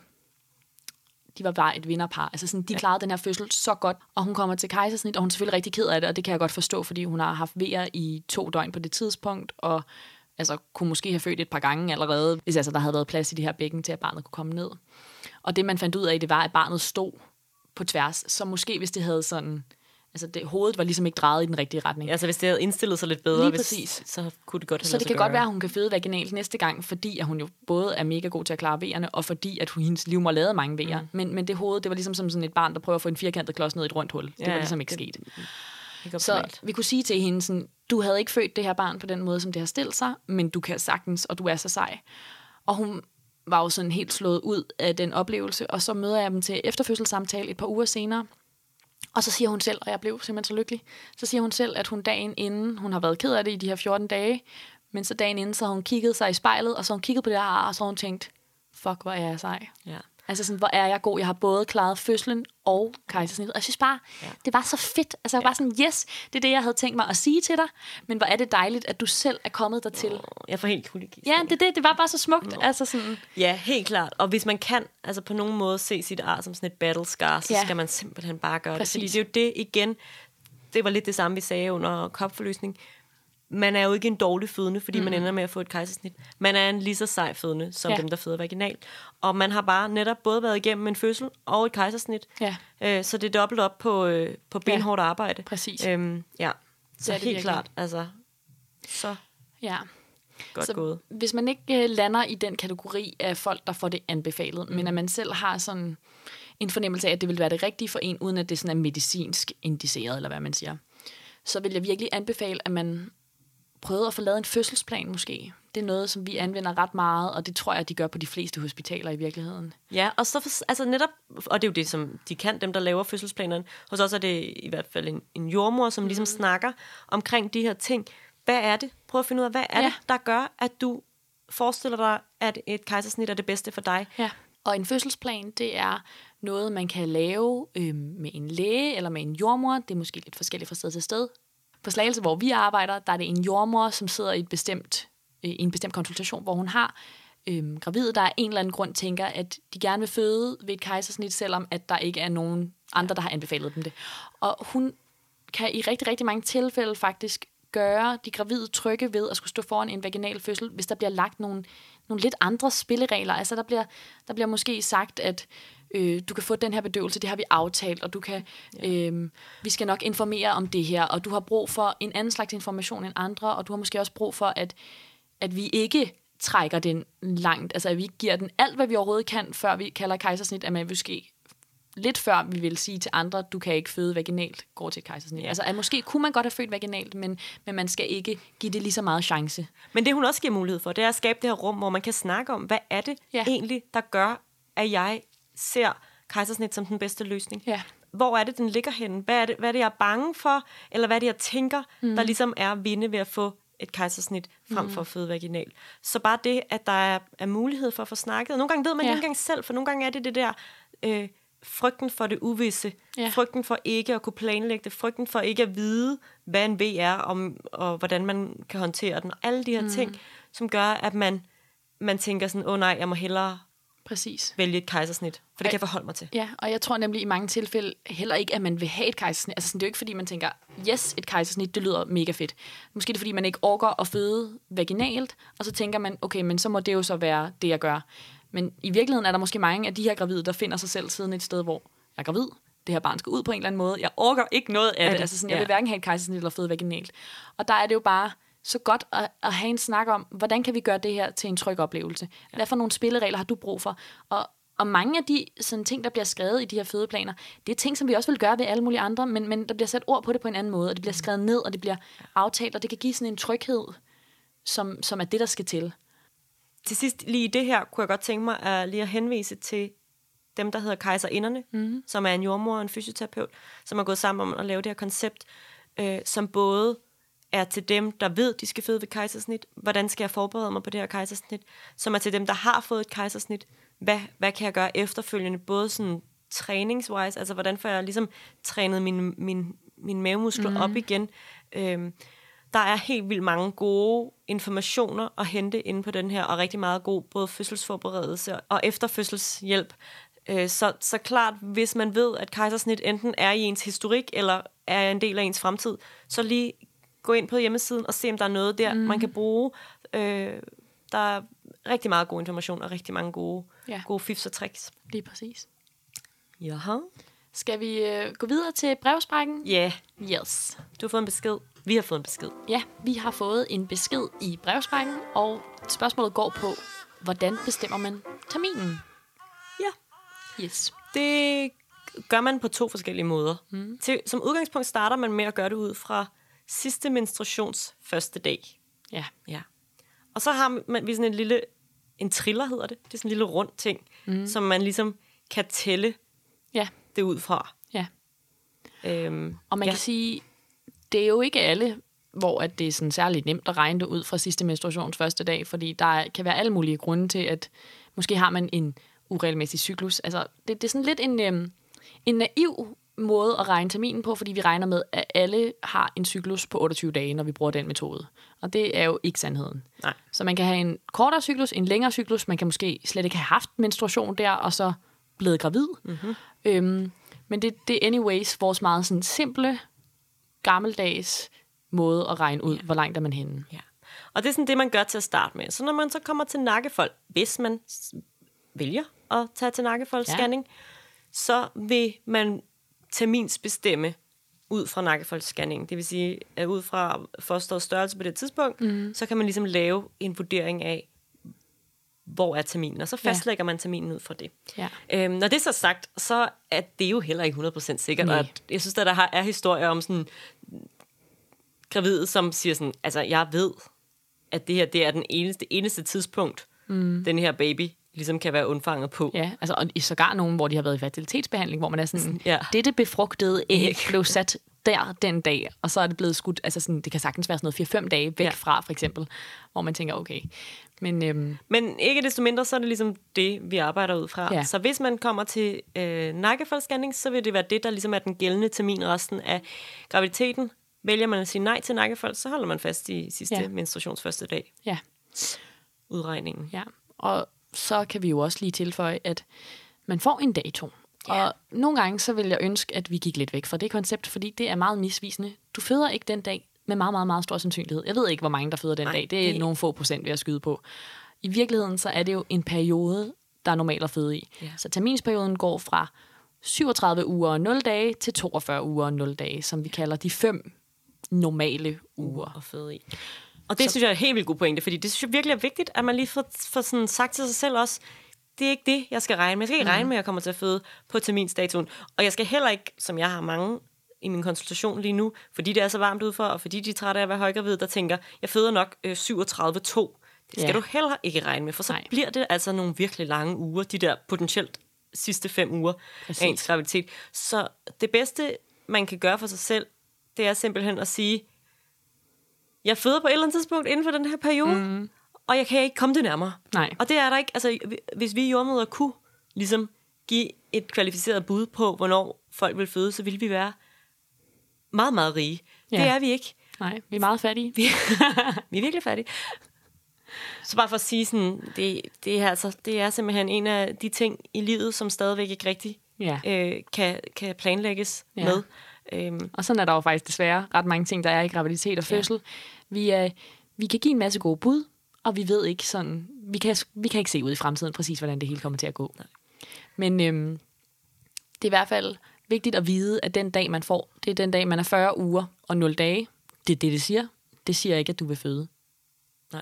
De var bare et vinderpar. Altså sådan, de klarede den her fødsel så godt, og hun kommer til kejsersnit, og hun er selvfølgelig rigtig ked af det, og det kan jeg godt forstå, fordi hun har haft vejer i to døgn på det tidspunkt, og altså, kunne måske have født et par gange allerede, hvis altså, der havde været plads i det her bækken til, at barnet kunne komme ned. Og det, man fandt ud af, det var, at barnet stod på tværs, så måske hvis det havde sådan... Altså, det, hovedet var ligesom ikke drejet i den rigtige retning. Altså, hvis det havde indstillet sig lidt bedre, hvis, så kunne det godt have Så det kan gøre. godt være, at hun kan føde vaginalt næste gang, fordi at hun jo både er mega god til at klare vejerne, og fordi at hun, hendes livmor lavede mange vejer. Mm. Men, men det hoved, det var ligesom som sådan et barn, der prøver at få en firkantet klods ned i et rundt hul. Det ja, var ligesom ikke det, sket. Det så vi kunne sige til hende sådan, du havde ikke født det her barn på den måde, som det har stillet sig, men du kan sagtens, og du er så sej. Og hun var jo sådan helt slået ud af den oplevelse, og så møder jeg dem til efterfødselssamtale et par uger senere. Og så siger hun selv, og jeg blev simpelthen så lykkelig, så siger hun selv, at hun dagen inden, hun har været ked af det i de her fjorten dage, men så dagen inden, så har hun kigget sig i spejlet, og så har hun kigget på det her ar, og så har hun tænkt, fuck, hvor er jeg sej. Ja. Altså sådan, hvor er jeg god. Jeg har både klaret fødslen og kejsersnittet. Og jeg synes bare, ja. det var så fedt. Altså jeg var ja. bare sådan, yes, det er det, jeg havde tænkt mig at sige til dig. Men hvor er det dejligt, at du selv er kommet dertil. Oh, jeg får helt kuldegis. Ja, det, det, det var bare så smukt. Altså sådan. Ja, helt klart. Og hvis man kan altså på nogen måde se sit ar som sådan et battle scar, så ja. skal man simpelthen bare gøre Præcis. det. Fordi det er jo det igen, det var lidt det samme, vi sagde under kopforløsning. Man er jo ikke en dårlig fødende, fordi mm. man ender med at få et kejsersnit. Man er en lige så sej fødende, som ja. dem, der føder vaginalt. Og man har bare netop både været igennem en fødsel og et kejsersnit. Ja. Øh, så det er dobbelt op på, øh, på benhårdt ja. arbejde. Præcis. Øhm, ja, så helt virkelig. klart. Altså, så ja. godt så gået. Hvis man ikke øh, lander i den kategori af folk, der får det anbefalet, mm. men at man selv har sådan en fornemmelse af, at det vil være det rigtige for en, uden at det sådan er medicinsk indiceret, eller hvad man siger, så vil jeg virkelig anbefale, at man prøvet at få lavet en fødselsplan måske. Det er noget, som vi anvender ret meget, og det tror jeg, de gør på de fleste hospitaler i virkeligheden. Ja, og så altså netop, og det er jo det, som de kan, dem der laver fødselsplanerne. Hos os er det i hvert fald en, en jordmor, som mm. ligesom snakker omkring de her ting. Hvad er det? Prøv at finde ud af, hvad er ja. det, der gør, at du forestiller dig, at et kejsersnit er det bedste for dig? Ja. Og en fødselsplan, det er noget, man kan lave øh, med en læge eller med en jordmor. Det er måske lidt forskelligt fra sted til sted. På Slagelse, hvor vi arbejder, der er det en jordmor, som sidder i, et bestemt, øh, i en bestemt konsultation, hvor hun har øh, gravide, der af en eller anden grund tænker, at de gerne vil føde ved et kejsersnit, selvom at der ikke er nogen andre, der har anbefalet dem det. Og hun kan i rigtig, rigtig mange tilfælde faktisk gøre de gravide trygge ved at skulle stå foran en vaginal fødsel, hvis der bliver lagt nogle, nogle lidt andre spilleregler. Altså der bliver, der bliver måske sagt, at Øh, du kan få den her bedøvelse, det har vi aftalt, og du kan, ja. øh, vi skal nok informere om det her, og du har brug for en anden slags information end andre, og du har måske også brug for, at, at vi ikke trækker den langt, altså at vi giver den alt, hvad vi overhovedet kan, før vi kalder kejsersnit, at man måske lidt før vi vil sige til andre, du kan ikke føde vaginalt, går til et kejsersnit. Ja. Altså, at måske kunne man godt have født vaginalt, men, men man skal ikke give det lige så meget chance. Men det, hun også giver mulighed for, det er at skabe det her rum, hvor man kan snakke om, hvad er det ja. egentlig, der gør, at jeg ser kejsersnit som den bedste løsning. Ja. Hvor er det, den ligger henne? Hvad er det, hvad er det jeg er bange for? Eller hvad er det, jeg tænker, mm. der ligesom er at vinde ved at få et kejsersnit frem mm. for at føde vaginal. Så bare det, at der er, er mulighed for at få snakket. Og nogle gange ved man ja. ikke engang selv, for nogle gange er det det der øh, frygten for det uvisse. Ja. Frygten for ikke at kunne planlægge det. Frygten for ikke at vide, hvad en V er, om, og hvordan man kan håndtere den. Og alle de her mm. ting, som gør, at man, man tænker sådan, åh oh, nej, jeg må hellere Præcis. vælge et kejsersnit, for det og, kan jeg forholde mig til. Ja, og jeg tror nemlig i mange tilfælde heller ikke, at man vil have et kejsersnit. Altså sådan, det er jo ikke, fordi man tænker, yes, et kejsersnit, det lyder mega fedt. Måske er det, fordi man ikke orker at føde vaginalt, og så tænker man, okay, men så må det jo så være det, jeg gør. Men i virkeligheden er der måske mange af de her gravide, der finder sig selv siden et sted, hvor jeg er gravid, det her barn skal ud på en eller anden måde, jeg orker ikke noget af det. det. Altså sådan, jeg vil ja. hverken have et kejsersnit eller føde vaginalt. Og der er det jo bare så godt at, at have en snak om, hvordan kan vi gøre det her til en tryg oplevelse? Ja. Hvad for nogle spilleregler har du brug for? Og, og mange af de sådan, ting, der bliver skrevet i de her fødeplaner, det er ting, som vi også vil gøre ved alle mulige andre, men, men der bliver sat ord på det på en anden måde, og det bliver skrevet ned, og det bliver aftalt, og det kan give sådan en tryghed, som, som er det, der skal til. Til sidst lige i det her, kunne jeg godt tænke mig at lige at henvise til dem, der hedder Kejserinderne, mm-hmm. som er en jordmor og en fysioterapeut, som er gået sammen om at lave det her koncept, øh, som både er til dem, der ved, de skal føde ved kejsersnit. Hvordan skal jeg forberede mig på det her kejsersnit? Som er til dem, der har fået et kejsersnit. Hvad, hvad kan jeg gøre efterfølgende? Både sådan træningswise, altså hvordan får jeg ligesom trænet mine min, min mavemuskler mm-hmm. op igen. Øhm, der er helt vildt mange gode informationer at hente inde på den her, og rigtig meget god både fødselsforberedelse og efterfødselshjælp. Øh, så, så klart, hvis man ved, at kejsersnit enten er i ens historik, eller er en del af ens fremtid, så lige gå ind på hjemmesiden og se, om der er noget der, mm. man kan bruge. Øh, der er rigtig meget god information og rigtig mange gode, ja. gode fifs og tricks. Lige præcis. Jaha. Skal vi øh, gå videre til brevsprækken? Ja. Yeah. Yes. Du har fået en besked. Vi har fået en besked. Ja, vi har fået en besked i brevsprækken, og spørgsmålet går på, hvordan bestemmer man terminen? Ja. Yes. Det gør man på to forskellige måder. Mm. Til, som udgangspunkt starter man med at gøre det ud fra sidste menstruations første dag. Ja. Ja. Og så har man vi sådan en lille, en triller hedder det. Det er sådan en lille rund ting, mm. som man ligesom kan tælle ja. det ud fra. Ja. Øhm, og man ja. kan sige, det er jo ikke alle, hvor at det er sådan særligt nemt at regne det ud fra sidste menstruations første dag, fordi der kan være alle mulige grunde til, at måske har man en uregelmæssig cyklus. Altså, det, det er sådan lidt en, øhm, en naiv måde at regne terminen på, fordi vi regner med, at alle har en cyklus på otteogtyve dage, når vi bruger den metode. Og det er jo ikke sandheden. Nej. Så man kan have en kortere cyklus, en længere cyklus, man kan måske slet ikke have haft menstruation der, og så blevet gravid. Mm-hmm. Øhm, men det, det er anyways vores meget sådan simple, gammeldags måde at regne ud, ja. hvor langt er man henne. Ja. Og det er sådan det, man gør til at starte med. Så når man så kommer til nakkefold, hvis man vælger at tage til nakkefoldsscanning, ja. så vil man terminsbestemme ud fra nakkefoldsscanningen. Det vil sige, at ud fra fosterets størrelse på det tidspunkt, mm. så kan man ligesom lave en vurdering af, hvor er terminen, og så fastlægger ja. man terminen ud fra det. Ja. Øhm, når det er så sagt, så er det jo heller ikke hundrede procent sikkert. Og jeg synes, at der er historier om sådan gravide, som siger sådan, altså jeg ved, at det her det er den eneste, eneste tidspunkt, mm. den her baby ligesom kan være undfanget på. Ja, altså og i sågar nogen, hvor de har været i fertilitetsbehandling, hvor man er sådan, ja. dette befrugtede æg blev sat der den dag, og så er det blevet skudt, altså sådan, det kan sagtens være sådan noget fire fem dage væk ja. fra, for eksempel, hvor man tænker, okay. Men, øhm, Men ikke desto mindre, så er det ligesom det, vi arbejder ud fra. Ja. Så hvis man kommer til øh, nakkefoldsscanning, så vil det være det, der ligesom er den gældende termin resten af graviditeten. Vælger man at sige nej til nakkefold, så holder man fast i sidste ja. menstruations første dag. Ja. Udregningen. Ja, og så kan vi jo også lige tilføje, at man får en dato. Ja. Og nogle gange så vil jeg ønske, at vi gik lidt væk fra det koncept, fordi det er meget misvisende. Du føder ikke den dag med meget, meget, meget stor sandsynlighed. Jeg ved ikke, hvor mange der føder den Nej, dag. Det er det... nogle få procent, ved at skyde på. I virkeligheden så er det jo en periode, der er normalt at føde i. Ja. Så terminsperioden går fra syvogtredive uger og nul dage til toogfyrre uger og nul dage, som vi kalder de fem normale uger at føde i. Og det så... synes jeg er et helt vildt god pointe, fordi det synes jeg virkelig er vigtigt, at man lige får, får sådan sagt til sig selv også, det er ikke det, jeg skal regne med. Jeg skal ikke regne med, at jeg kommer til at føde på terminsdatoen. Og jeg skal heller ikke, som jeg har mange i min konsultation lige nu, fordi det er så varmt udenfor, og fordi de er trætte af at være højgravid, der tænker, jeg føder nok øh, syvogtredive to. Det skal ja. du heller ikke regne med, for så Nej. bliver det altså nogle virkelig lange uger, de der potentielt sidste fem uger Præcis. af ens graviditet. Så det bedste, man kan gøre for sig selv, det er simpelthen at sige, jeg føder på et eller andet tidspunkt inden for den her periode, mm. og jeg kan ikke komme det nærmere. Nej. Og det er der ikke, altså hvis vi jordmødre kunne ligesom give et kvalificeret bud på, hvornår folk vil føde, så ville vi være meget, meget rige. Ja. Det er vi ikke. Nej, vi er meget fattige. Vi, vi er virkelig fattige. Så bare for at sige sådan, det, det, er altså, det er simpelthen en af de ting i livet, som stadigvæk ikke rigtig ja. øh, kan, kan planlægges ja. med. Øhm. Og sådan er der jo faktisk desværre ret mange ting, der er i graviditet og fødsel. Ja. Vi, er, vi kan give en masse gode bud, og vi ved ikke sådan, vi kan, vi kan ikke se ud i fremtiden præcis, hvordan det hele kommer til at gå. Nej. Men øhm, det er i hvert fald vigtigt at vide, at den dag, man får, det er den dag, man er fyrre uger og nul dage. Det er det, det siger. Det siger ikke, at du vil føde. Nej.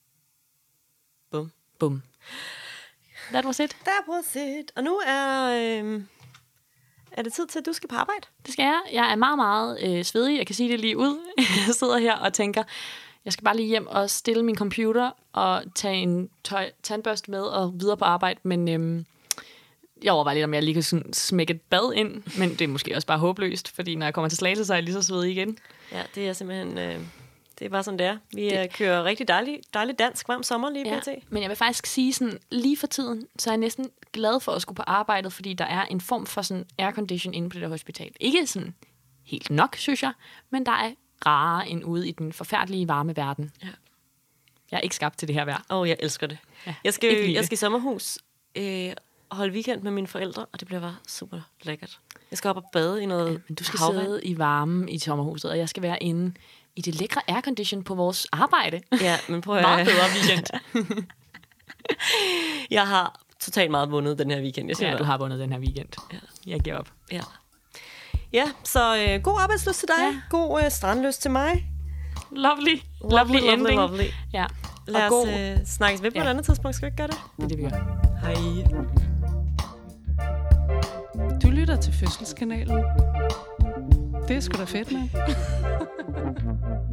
Bum. Bum. That was it. That was it. Og nu er, øh, er det tid til, at du skal på arbejde. Det skal jeg. Jeg er meget, meget øh, svedig. Jeg kan sige det lige ud. Jeg sidder her og tænker, jeg skal bare lige hjem og stille min computer og tage en tøj, tandbørste med og videre på arbejde. Men øh, jeg overvejer lidt, om jeg lige kan sådan smække et bad ind. Men det er måske også bare håbløst, fordi når jeg kommer til Slagelse, så er jeg lige så svedig igen. Ja, det er simpelthen... Øh Det er bare sådan, det er. Vi det. kører rigtig dejlig, dejlig dansk varm sommer lige ja, pt. Men jeg vil faktisk sige sådan, lige for tiden, så er jeg næsten glad for at skulle på arbejdet, fordi der er en form for sådan aircondition inde på det der hospital. Ikke sådan helt nok, synes jeg, men der er rarere end ude i den forfærdelige varme verden. Ja. Jeg er ikke skabt til det her vejr. Åh, oh, jeg elsker det. Ja, jeg, skal, jeg skal i sommerhus øh, holde weekend med mine forældre, og det bliver bare super lækkert. Jeg skal op og bade i noget ja, men du skal havvand. sidde i varmen i sommerhuset, og jeg skal være inde i det lækre aircondition på vores arbejde. Ja, men prøv at meget bedre weekend. Jeg har totalt meget vundet den her weekend. Jeg ja, du har vundet den her weekend. Ja. Jeg giver op. Ja, ja så øh, god arbejdsløst til dig. Ja. God øh, strandløst til mig. Lovely. Lovely, lovely ending. Lovely, lovely. Ja. Lad os øh, snakkes ved på ja. et andet tidspunkt. Skal vi ikke gøre det? Det er det, vi gør. Hej. Du lytter til Fødselskanalen. Det er sgu da fedt, med.